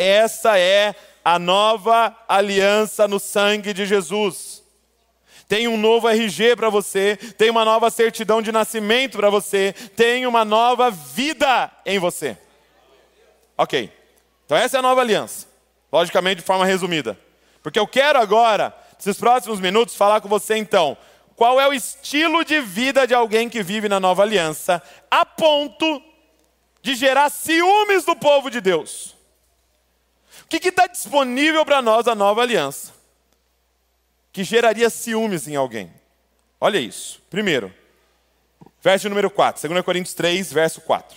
Essa é a nova aliança no sangue de Jesus. Tem um novo RG para você, tem uma nova certidão de nascimento para você, tem uma nova vida em você. Ok, então essa é a nova aliança, logicamente de forma resumida. Porque eu quero agora, nesses próximos minutos, falar com você então, qual é o estilo de vida de alguém que vive na nova aliança, a ponto de gerar ciúmes do povo de Deus. O que está disponível para nós a nova aliança, que geraria ciúmes em alguém? Olha isso. Primeiro, verso número 4, 2 Coríntios 3, verso 4.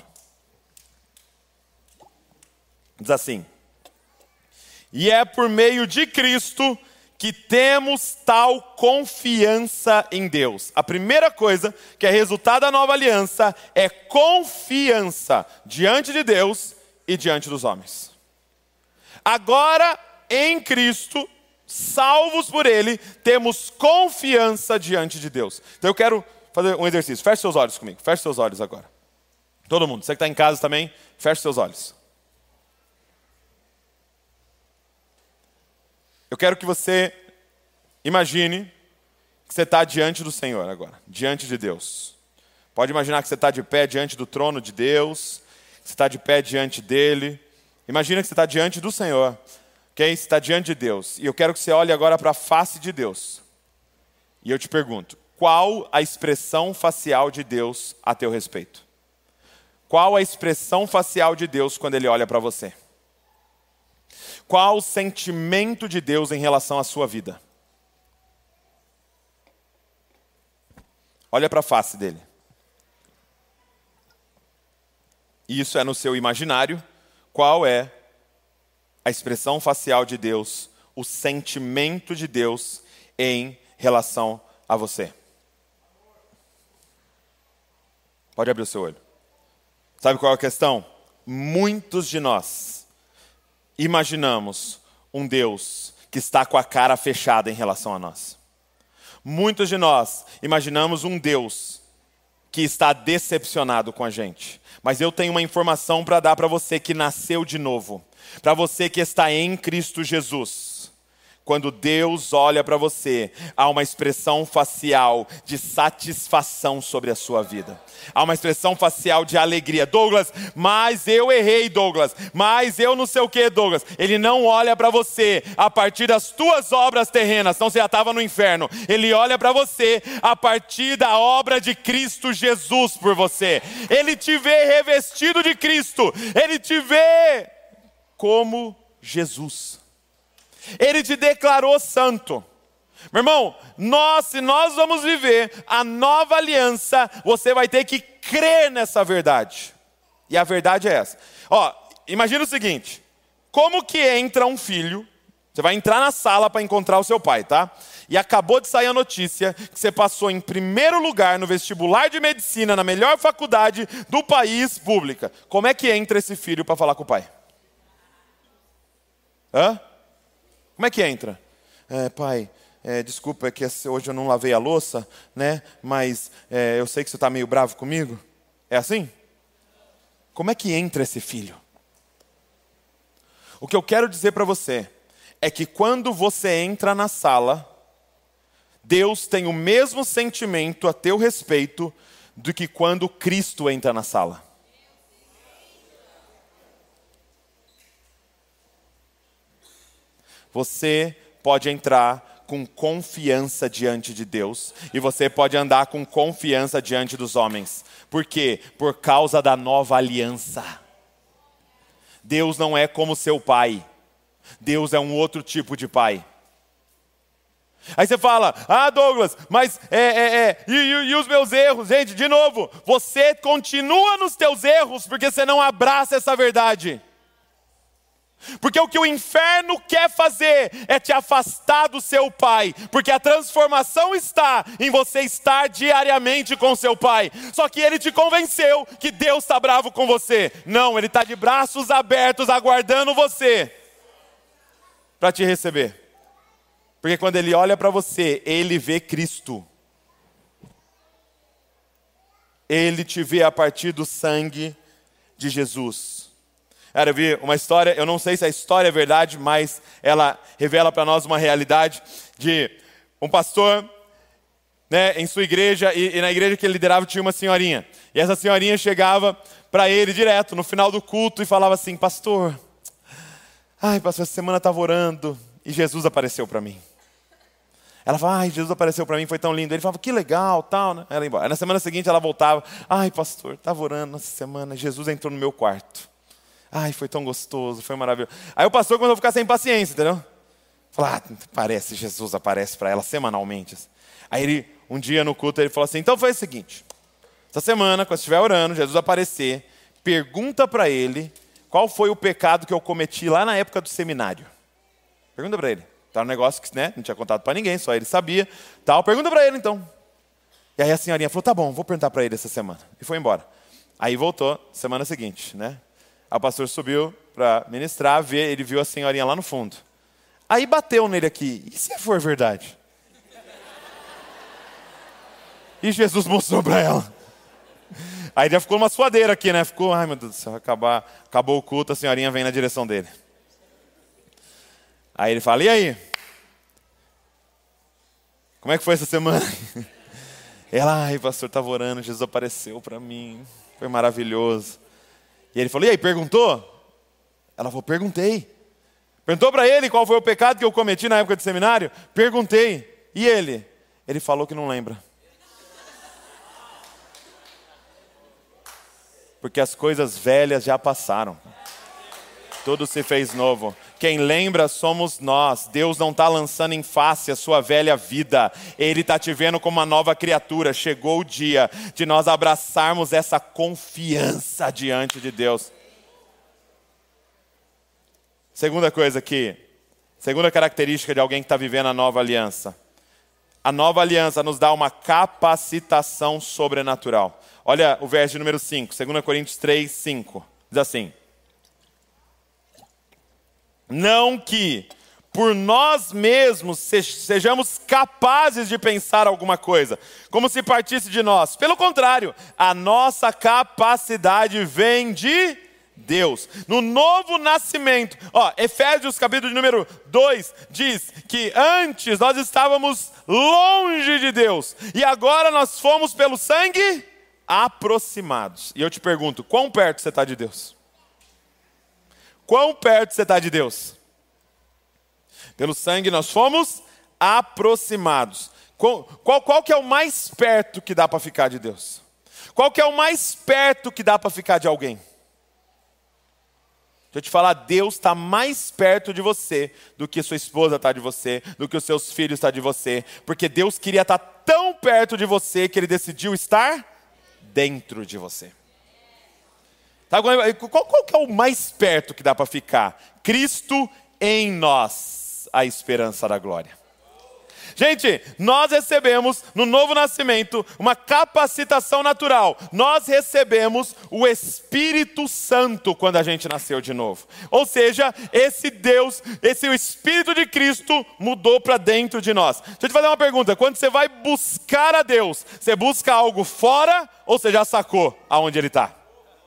Diz assim: e é por meio de Cristo que temos tal confiança em Deus. A primeira coisa que é resultado da nova aliança é confiança diante de Deus e diante dos homens. Agora, em Cristo, salvos por Ele, temos confiança diante de Deus. Então eu quero fazer um exercício. Feche seus olhos comigo. Feche seus olhos agora. Todo mundo. Você que está em casa também, feche seus olhos. Eu quero que você imagine que você está diante do Senhor agora, diante de Deus. Pode imaginar que você está de pé diante do trono de Deus, que você está de pé diante dEle. Imagina que você está diante do Senhor, ok? Você está diante de Deus. E eu quero que você olhe agora para a face de Deus. E eu te pergunto, qual a expressão facial de Deus a teu respeito? Qual a expressão facial de Deus quando Ele olha para você? Qual o sentimento de Deus em relação à sua vida? Olha para a face dele. Isso é no seu imaginário. Qual é a expressão facial de Deus, o sentimento de Deus em relação a você? Pode abrir o seu olho. Sabe qual é a questão? Muitos de nós imaginamos um Deus que está com a cara fechada em relação a nós. Muitos de nós imaginamos um Deus que está decepcionado com a gente. Mas eu tenho uma informação para dar para você que nasceu de novo. Para você que está em Cristo Jesus. Quando Deus olha para você, há uma expressão facial de satisfação sobre a sua vida. Há uma expressão facial de alegria. Douglas, mas eu errei, Douglas. Mas eu não sei o que, Douglas. Ele não olha para você a partir das tuas obras terrenas, senão você já estava no inferno. Ele olha para você a partir da obra de Cristo Jesus por você. Ele te vê revestido de Cristo. Ele te vê como Jesus. Ele te declarou santo. Meu irmão, se nós vamos viver a nova aliança, você vai ter que crer nessa verdade. E a verdade é essa. Imagina o seguinte: como que entra um filho? Você vai entrar na sala para encontrar o seu pai, tá? E acabou de sair a notícia que você passou em primeiro lugar no vestibular de medicina, na melhor faculdade do país, pública. Como é que entra esse filho para falar com o pai? Como é que entra? Pai, desculpa, é que hoje eu não lavei a louça, né? Mas eu sei que você está meio bravo comigo. É assim? Como é que entra esse filho? O que eu quero dizer para você é que quando você entra na sala, Deus tem o mesmo sentimento a teu respeito do que quando Cristo entra na sala. Você pode entrar com confiança diante de Deus e você pode andar com confiança diante dos homens. Por quê? Por causa da nova aliança. Deus não é como seu pai. Deus é um outro tipo de pai. Aí você fala, Douglas, mas e os meus erros? Gente, de novo, você continua nos teus erros porque você não abraça essa verdade. Porque o que o inferno quer fazer é te afastar do seu pai. Porque a transformação está em você estar diariamente com seu pai. Só que ele te convenceu que Deus está bravo com você. Não, ele está de braços abertos aguardando você para te receber. Porque quando ele olha para você, ele vê Cristo. Ele te vê a partir do sangue de Jesus. Cara, eu vi uma história, eu não sei se a história é verdade, mas ela revela para nós uma realidade de um pastor, né, em sua igreja, e na igreja que ele liderava tinha uma senhorinha. E essa senhorinha chegava para ele direto, no final do culto, e falava assim: pastor, essa semana eu estava orando e Jesus apareceu para mim. Ela falava: Jesus apareceu para mim, foi tão lindo. Ele falava: que legal, tal, né? Ela ia embora. Aí na semana seguinte ela voltava: pastor, estava orando essa semana, Jesus entrou no meu quarto. Foi tão gostoso, foi maravilhoso. Aí o pastor começou a ficar sem paciência, entendeu? Falou: parece, Jesus aparece para ela semanalmente. Aí ele, um dia no culto, ele falou assim: então foi o seguinte, essa semana, quando estiver orando, Jesus aparecer, pergunta para ele qual foi o pecado que eu cometi lá na época do seminário. Pergunta para ele. Tá um negócio que, né, não tinha contado para ninguém, só ele sabia. Tal. Pergunta para ele então. E aí a senhorinha falou: tá bom, vou perguntar para ele essa semana. E foi embora. Aí voltou, semana seguinte, né? Aí o pastor subiu para ministrar, ele viu a senhorinha lá no fundo. Aí bateu nele aqui: e se for verdade? E Jesus mostrou para ela. Aí já ficou uma suadeira aqui, né? Ficou: ai meu Deus do céu, acabou o culto, a senhorinha vem na direção dele. Aí ele fala: e aí? Como é que foi essa semana? Ela: pastor, estava orando, Jesus apareceu para mim, foi maravilhoso. E ele falou: e aí, perguntou? Ela falou: perguntei. Perguntou para ele qual foi o pecado que eu cometi na época de seminário? Perguntei. E ele? Ele falou que não lembra. Porque as coisas velhas já passaram. Tudo se fez novo. Quem lembra somos nós. Deus não está lançando em face a sua velha vida. Ele está te vendo como uma nova criatura. Chegou o dia de nós abraçarmos essa confiança diante de Deus. Segunda coisa aqui. Segunda característica de alguém que está vivendo a nova aliança. A nova aliança nos dá uma capacitação sobrenatural. Olha o verso número 5. 2 Coríntios 3, 5. Diz assim: não que por nós mesmos sejamos capazes de pensar alguma coisa, como se partisse de nós. Pelo contrário, a nossa capacidade vem de Deus. No novo nascimento, Efésios capítulo número 2 diz que antes nós estávamos longe de Deus e agora nós fomos pelo sangue aproximados. E eu te pergunto, quão perto você está de Deus? Quão perto você está de Deus? Pelo sangue nós fomos aproximados. Qual que é o mais perto que dá para ficar de Deus? Qual que é o mais perto que dá para ficar de alguém? Deixa eu te falar, Deus está mais perto de você do que sua esposa está de você, do que os seus filhos estão de você. Porque Deus queria estar tão perto de você que Ele decidiu estar dentro de você. Qual que é o mais perto que dá para ficar? Cristo em nós, a esperança da glória. Gente, nós recebemos no novo nascimento uma capacitação natural. Nós recebemos o Espírito Santo quando a gente nasceu de novo. Ou seja, esse Deus, o Espírito de Cristo mudou para dentro de nós. Deixa eu te fazer uma pergunta. Quando você vai buscar a Deus, você busca algo fora ou você já sacou aonde Ele está?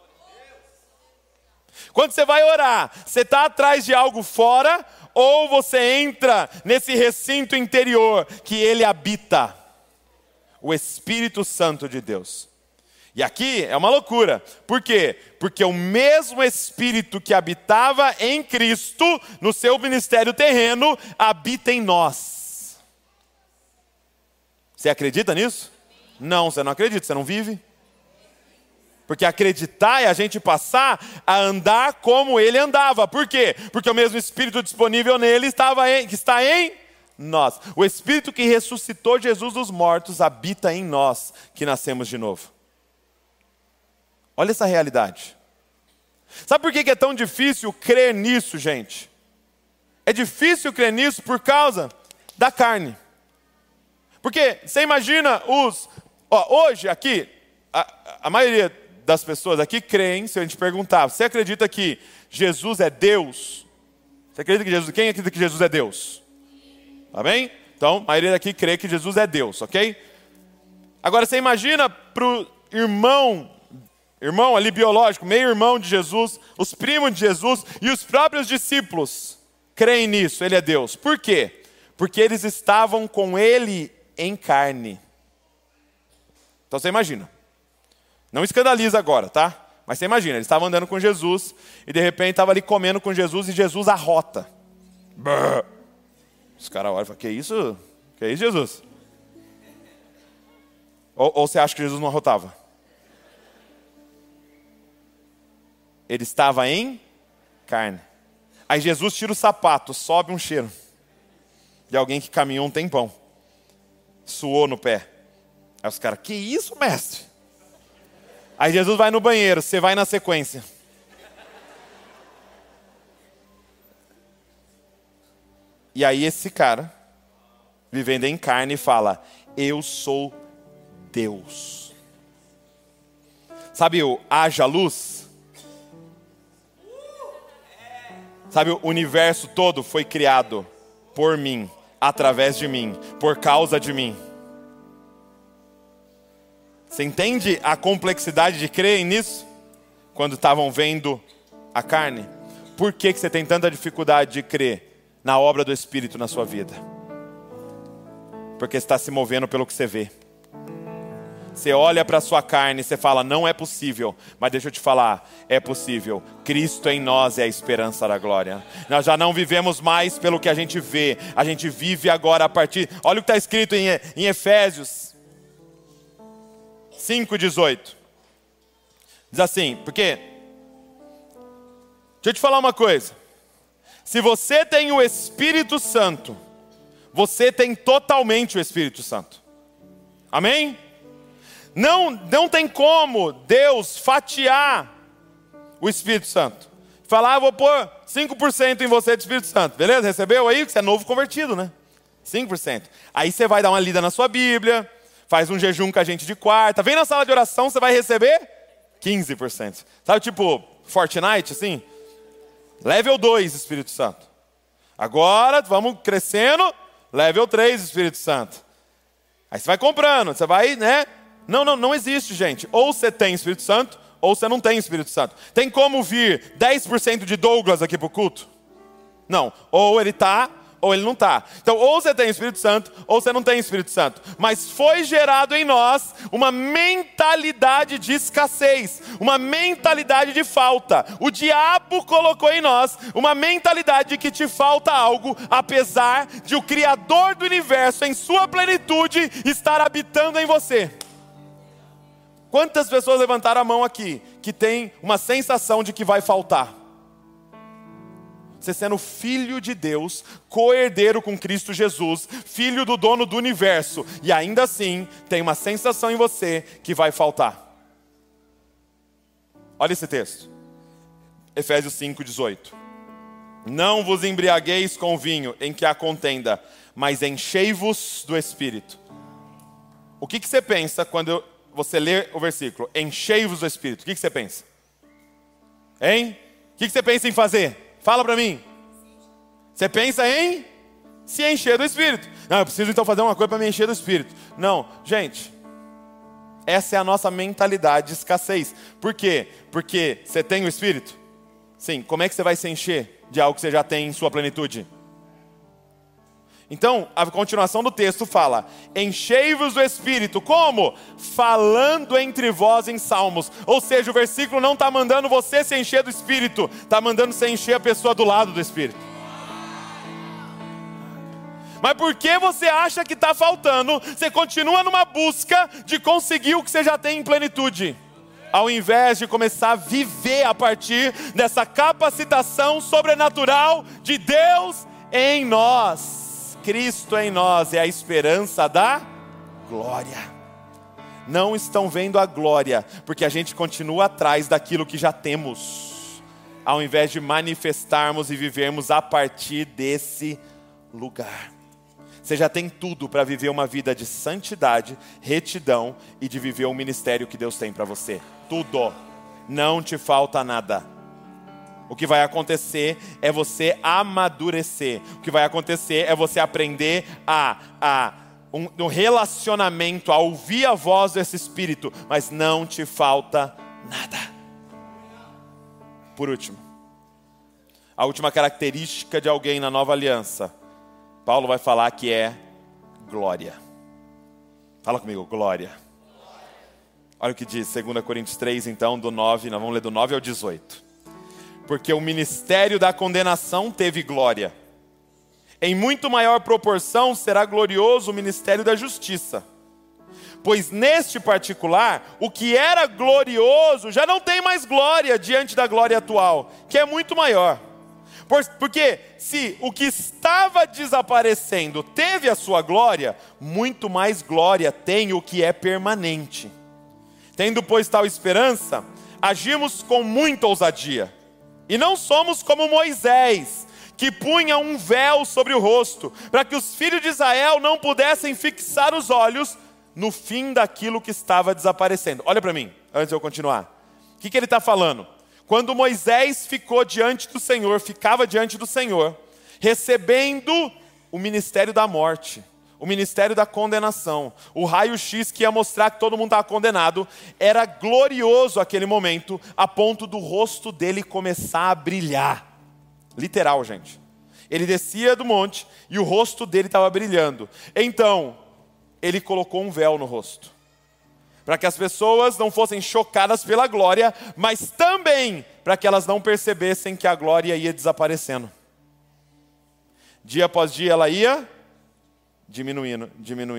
Quando você vai orar, você está atrás de algo fora ou você entra nesse recinto interior que Ele habita? O Espírito Santo de Deus. E aqui é uma loucura. Por quê? Porque o mesmo Espírito que habitava em Cristo, no seu ministério terreno, habita em nós. Você acredita nisso? Não, você não acredita, você não vive. Porque acreditar é a gente passar a andar como Ele andava. Por quê? Porque o mesmo Espírito disponível nele que está em nós. O Espírito que ressuscitou Jesus dos mortos habita em nós, que nascemos de novo. Olha essa realidade. Sabe por que é tão difícil crer nisso, gente? É difícil crer nisso por causa da carne. Porque você imagina hoje aqui, a maioria das pessoas aqui creem, se a gente perguntar, você acredita que Jesus é Deus? Você acredita que Jesus, quem acredita que Jesus é Deus? Tá bem? Então, a maioria daqui crê que Jesus é Deus, ok? Agora você imagina para o irmão irmão ali biológico, meio-irmão de Jesus, os primos de Jesus e os próprios discípulos creem nisso, ele é Deus. Por quê? Porque eles estavam com ele em carne. Então você imagina. Não escandaliza agora, tá? Mas você imagina, eles estavam andando com Jesus e de repente estavam ali comendo com Jesus e Jesus arrota. Brrr. Os caras olham e falam, que isso? Que isso, Jesus? Ou você acha que Jesus não arrotava? Ele estava em carne. Aí Jesus tira o sapato, sobe um cheiro de alguém que caminhou um tempão. Suou no pé. Aí os caras, que isso, mestre? Aí Jesus vai no banheiro, você vai na sequência. E aí esse cara, vivendo em carne, fala, eu sou Deus. Sabe o haja luz? Sabe o universo todo foi criado por mim, através de mim, por causa de mim. Você entende a complexidade de crer nisso? Quando estavam vendo a carne. Por que você tem tanta dificuldade de crer na obra do Espírito na sua vida? Porque você está se movendo pelo que você vê. Você olha para a sua carne e você fala, não é possível. Mas deixa eu te falar, é possível. Cristo em nós é a esperança da glória. Nós já não vivemos mais pelo que a gente vê. A gente vive agora a partir... Olha o que está escrito em Efésios 5:18. Diz assim, porque... Deixa eu te falar uma coisa. Se você tem o Espírito Santo, você tem totalmente o Espírito Santo. Amém? Não tem como Deus fatiar o Espírito Santo. Falar, vou pôr 5% em você do Espírito Santo. Beleza? Recebeu aí? Que você é novo convertido, né? 5%. Aí você vai dar uma lida na sua Bíblia, faz um jejum com a gente de quarta. Vem na sala de oração, você vai receber 15%. Sabe tipo Fortnite, assim? Level 2, Espírito Santo. Agora, vamos crescendo. Level 3, Espírito Santo. Aí você vai comprando, você vai, né? Não existe, gente. Ou você tem Espírito Santo, ou você não tem Espírito Santo. Tem como vir 10% de Douglas aqui para o culto? Não. Ou ele está, ou ele não está. Então, ou você tem Espírito Santo, ou você não tem Espírito Santo. Mas foi gerado em nós uma mentalidade de escassez, uma mentalidade de falta. O diabo colocou em nós uma mentalidade de que te falta algo, apesar de o Criador do universo, em sua plenitude, estar habitando em você. Quantas pessoas levantaram a mão aqui, que tem uma sensação de que vai faltar? Você sendo filho de Deus, co-herdeiro com Cristo Jesus, filho do dono do universo, e ainda assim tem uma sensação em você que vai faltar. Olha esse texto, Efésios 5:18. Não vos embriagueis com o vinho em que há contenda, mas enchei-vos do Espírito. O que você pensa quando você lê o versículo? Enchei-vos do Espírito. O que você pensa? Hein? O que você pensa em fazer? Fala para mim. Você pensa em se encher do Espírito. Não, eu preciso então fazer uma coisa para me encher do Espírito. Não, gente. Essa é a nossa mentalidade de escassez. Por quê? Porque você tem o Espírito? Sim. Como é que você vai se encher de algo que você já tem em sua plenitude? Então, a continuação do texto fala, enchei-vos do Espírito, como? Falando entre vós em salmos. Ou seja, o versículo não está mandando você se encher do Espírito, está mandando você encher a pessoa do lado do Espírito. Mas por que você acha que está faltando? Você continua numa busca de conseguir o que você já tem em plenitude, ao invés de começar a viver a partir dessa capacitação sobrenatural de Deus em nós. Cristo em nós é a esperança da glória. Não estão vendo a glória, porque a gente continua atrás daquilo que já temos, ao invés de manifestarmos e vivermos a partir desse lugar. Você já tem tudo para viver uma vida de santidade, retidão e de viver o ministério que Deus tem para você. Tudo. Não te falta nada. O que vai acontecer é você amadurecer. O que vai acontecer é você aprender um relacionamento, a ouvir a voz desse Espírito. Mas não te falta nada. Por último, a última característica de alguém na nova aliança, Paulo vai falar que é glória. Fala comigo, glória. Olha o que diz 2 Coríntios 3, então, do 9, nós vamos ler do 9 ao 18. Porque o ministério da condenação teve glória. Em muito maior proporção será glorioso o ministério da justiça. Pois neste particular, o que era glorioso já não tem mais glória diante da glória atual, que é muito maior. Porque se o que estava desaparecendo teve a sua glória, muito mais glória tem o que é permanente. Tendo, pois, tal esperança, agimos com muita ousadia. E não somos como Moisés, que punha um véu sobre o rosto, para que os filhos de Israel não pudessem fixar os olhos no fim daquilo que estava desaparecendo. Olha para mim, antes de eu continuar. O que ele está falando? Quando Moisés ficava diante do Senhor, recebendo o ministério da morte, o ministério da condenação, o raio-x que ia mostrar que todo mundo estava condenado, era glorioso aquele momento, a ponto do rosto dele começar a brilhar. Literal, gente. Ele descia do monte e o rosto dele estava brilhando. Então, ele colocou um véu no rosto, para que as pessoas não fossem chocadas pela glória, mas também para que elas não percebessem que a glória ia desaparecendo. Dia após dia ela ia diminuindo,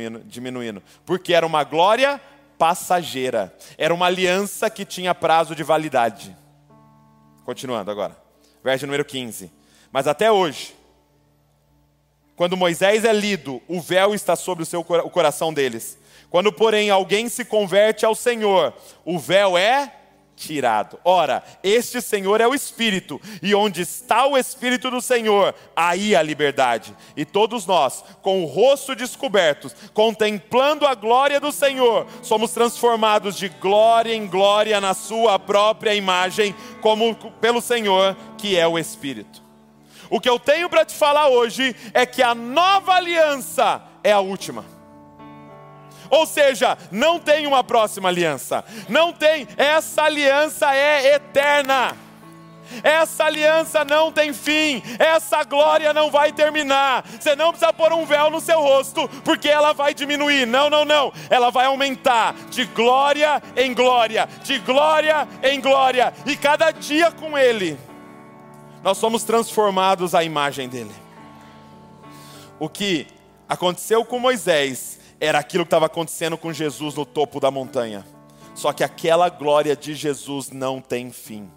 porque era uma glória passageira, era uma aliança que tinha prazo de validade. Continuando agora, verso número 15. Mas até hoje, quando Moisés é lido, o véu está sobre o coração deles. Quando, porém, alguém se converte ao Senhor, o véu é tirado. Ora, este Senhor é o Espírito, e onde está o Espírito do Senhor, aí a liberdade. E todos nós, com o rosto descoberto, contemplando a glória do Senhor, somos transformados de glória em glória na sua própria imagem, como pelo Senhor, que é o Espírito. O que eu tenho para te falar hoje é que a nova aliança é a última. Ou seja, não tem uma próxima aliança. Não tem, essa aliança é eterna. Essa aliança não tem fim. Essa glória não vai terminar. Você não precisa pôr um véu no seu rosto, porque ela vai diminuir. Não. Ela vai aumentar de glória em glória, de glória em glória. E cada dia com Ele, nós somos transformados à imagem dele. O que aconteceu com Moisés era aquilo que estava acontecendo com Jesus no topo da montanha. Só que aquela glória de Jesus não tem fim.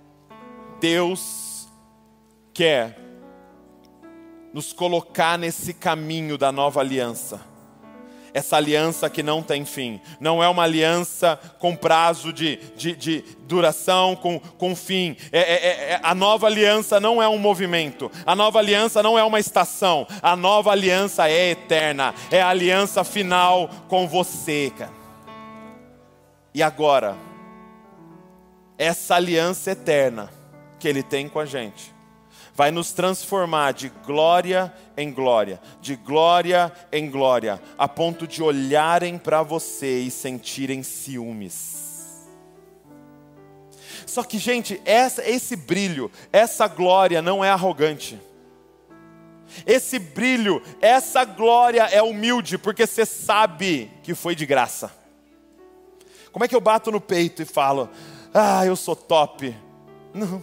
Deus quer nos colocar nesse caminho da nova aliança. Essa aliança que não tem fim. Não é uma aliança com prazo de duração, com fim. A nova aliança não é um movimento. A nova aliança não é uma estação. A nova aliança é eterna. É a aliança final com você, cara. E agora, essa aliança eterna que Ele tem com a gente vai nos transformar de glória em glória, de glória em glória, a ponto de olharem para você e sentirem ciúmes. Só que, gente, esse brilho, essa glória não é arrogante. Esse brilho, essa glória é humilde, porque você sabe que foi de graça. Como é que eu bato no peito e falo, eu sou top? Não.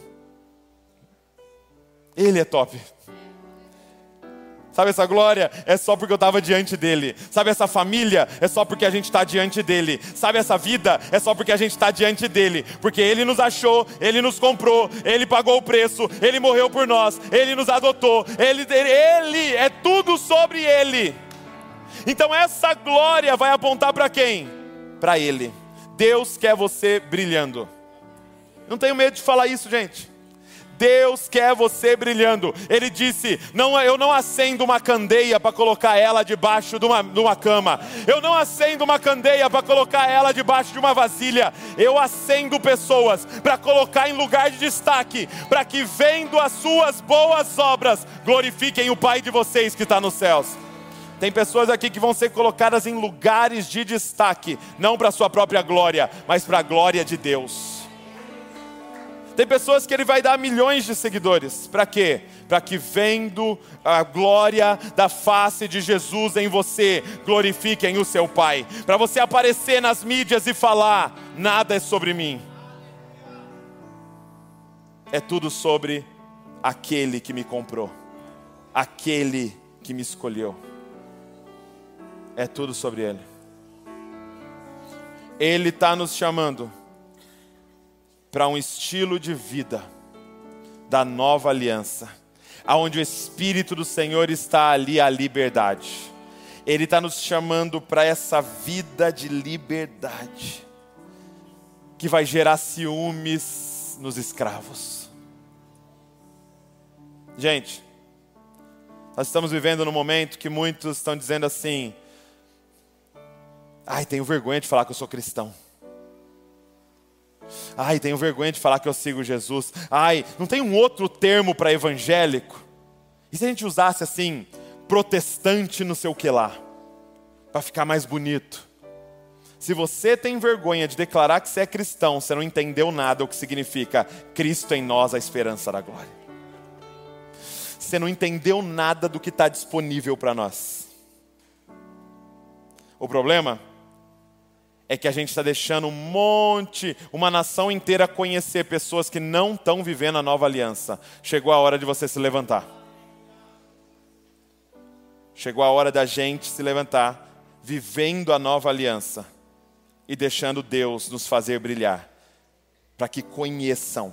Ele é top. Sabe, essa glória é só porque eu estava diante dele. Sabe, essa família é só porque a gente está diante dele. Sabe, essa vida é só porque a gente está diante dele. Porque ele nos achou, ele nos comprou, ele pagou o preço, ele morreu por nós, ele nos adotou, ele é tudo sobre ele. Então essa glória vai apontar para quem? Para ele. Deus quer você brilhando. Não tenho medo de falar isso, gente. Deus quer você brilhando. Ele disse, eu não acendo uma candeia para colocar ela debaixo de uma cama. Eu não acendo uma candeia para colocar ela debaixo de uma vasilha. Eu acendo pessoas para colocar em lugar de destaque, para que vendo as suas boas obras, glorifiquem o Pai de vocês que está nos céus. Tem pessoas aqui que vão ser colocadas em lugares de destaque, não para a sua própria glória, mas para a glória de Deus. Tem pessoas que ele vai dar milhões de seguidores. Para quê? Para que vendo a glória da face de Jesus em você, glorifiquem o seu Pai. Para você aparecer nas mídias e falar, nada é sobre mim. É tudo sobre aquele que me comprou. Aquele que me escolheu. É tudo sobre Ele. Ele está nos chamando para um estilo de vida da nova aliança, aonde o Espírito do Senhor está ali, a liberdade. Ele está nos chamando para essa vida de liberdade, que vai gerar ciúmes nos escravos. Gente, nós estamos vivendo num momento que muitos estão dizendo assim, ai, tenho vergonha de falar que eu sou cristão. Ai, tenho vergonha de falar que eu sigo Jesus. Ai, não tem um outro termo para evangélico? E se a gente usasse assim, protestante não sei o que lá, para ficar mais bonito? Se você tem vergonha de declarar que você é cristão, você não entendeu nada o que significa Cristo em nós, a esperança da glória. Você não entendeu nada do que está disponível para nós. O problema é que a gente está deixando uma nação inteira conhecer pessoas que não estão vivendo a nova aliança. Chegou a hora de você se levantar. Chegou a hora da gente se levantar, vivendo a nova aliança e deixando Deus nos fazer brilhar, para que conheçam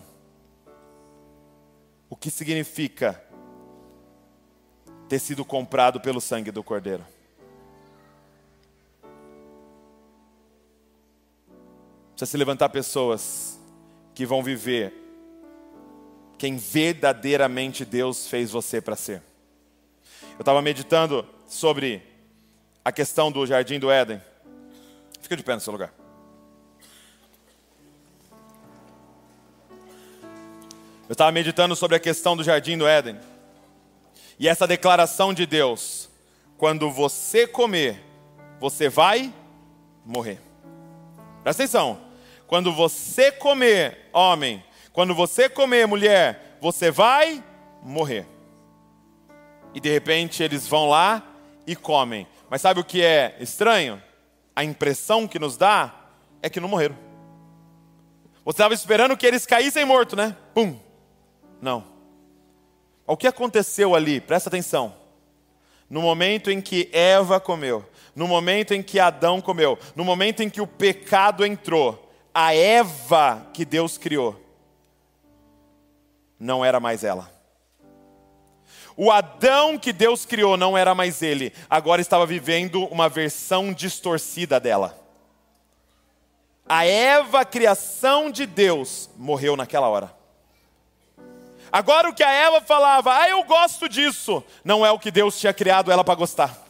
o que significa ter sido comprado pelo sangue do Cordeiro. Precisa se levantar pessoas que vão viver quem verdadeiramente Deus fez você para ser. Eu estava meditando sobre a questão do Jardim do Éden. Fica de pé no seu lugar. Eu estava meditando sobre a questão do Jardim do Éden. E essa declaração de Deus: quando você comer, você vai morrer. Presta atenção. Quando você comer, homem, quando você comer, mulher, você vai morrer. E de repente eles vão lá e comem. Mas sabe o que é estranho? A impressão que nos dá é que não morreram. Você estava esperando que eles caíssem mortos, né? Pum! Não. O que aconteceu ali? Presta atenção. No momento em que Eva comeu, no momento em que Adão comeu, no momento em que o pecado entrou, a Eva que Deus criou não era mais ela. O Adão que Deus criou não era mais ele. Agora estava vivendo uma versão distorcida dela. A Eva, criação de Deus, morreu naquela hora. Agora o que a Eva falava, eu gosto disso, não é o que Deus tinha criado ela para gostar.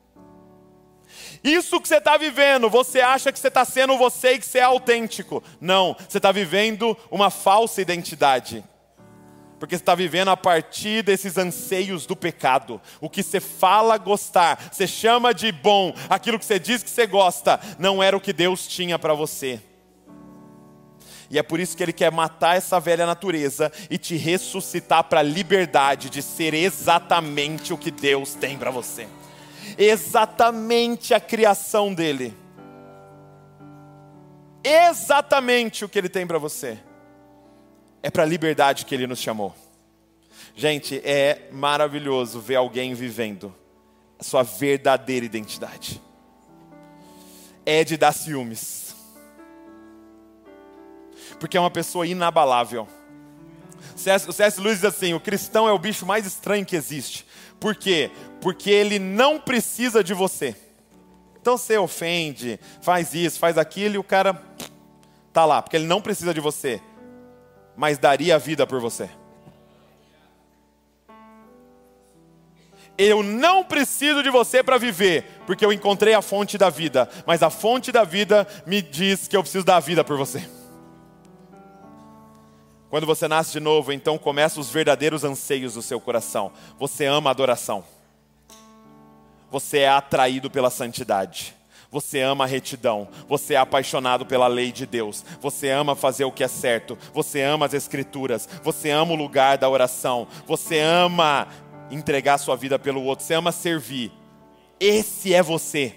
Isso que você está vivendo, você acha que você está sendo você e que você é autêntico. Não, você está vivendo uma falsa identidade. Porque você está vivendo a partir desses anseios do pecado. O que você fala gostar, você chama de bom, aquilo que você diz que você gosta, não era o que Deus tinha para você. E é por isso que Ele quer matar essa velha natureza e te ressuscitar para a liberdade de ser exatamente o que Deus tem para você. Exatamente a criação dele. Exatamente o que Ele tem para você. É para a liberdade que Ele nos chamou. Gente, é maravilhoso ver alguém vivendo a sua verdadeira identidade. É de dar ciúmes. Porque é uma pessoa inabalável. O C.S. Lewis diz assim, o cristão é o bicho mais estranho que existe. Por quê? Porque ele não precisa de você. Então você ofende, faz isso, faz aquilo e o cara está lá. Porque ele não precisa de você, mas daria a vida por você. Eu não preciso de você para viver, porque eu encontrei a fonte da vida. Mas a fonte da vida me diz que eu preciso dar a vida por você. Quando você nasce de novo, então começam os verdadeiros anseios do seu coração. Você ama a adoração. Você é atraído pela santidade. Você ama a retidão, você é apaixonado pela lei de Deus, você ama fazer o que é certo, você ama as escrituras, você ama o lugar da oração, você ama entregar sua vida pelo outro, você ama servir. Esse é você.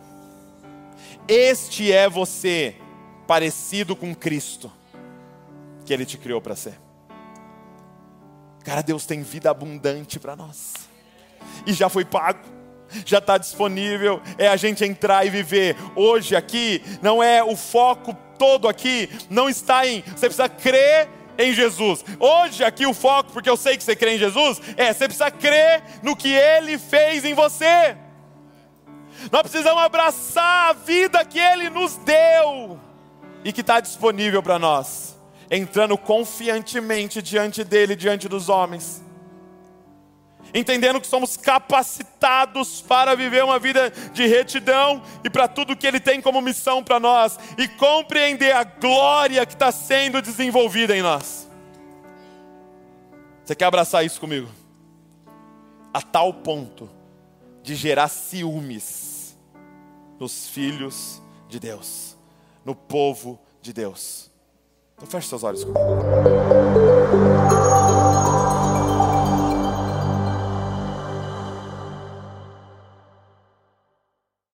Este é você, parecido com Cristo, que Ele te criou para ser. Cara, Deus tem vida abundante para nós. E já foi pago. Já está disponível, é a gente entrar e viver. Hoje aqui, não é o foco todo aqui, não está em, você precisa crer em Jesus. Hoje aqui o foco, porque eu sei que você crê em Jesus, você precisa crer no que Ele fez em você. Nós precisamos abraçar a vida que Ele nos deu e que está disponível para nós, entrando confiantemente diante dEle, diante dos homens, entendendo que somos capacitados para viver uma vida de retidão e para tudo que Ele tem como missão para nós, e compreender a glória que está sendo desenvolvida em nós. Você quer abraçar isso comigo? A tal ponto de gerar ciúmes nos filhos de Deus, no povo de Deus. Então feche seus olhos comigo.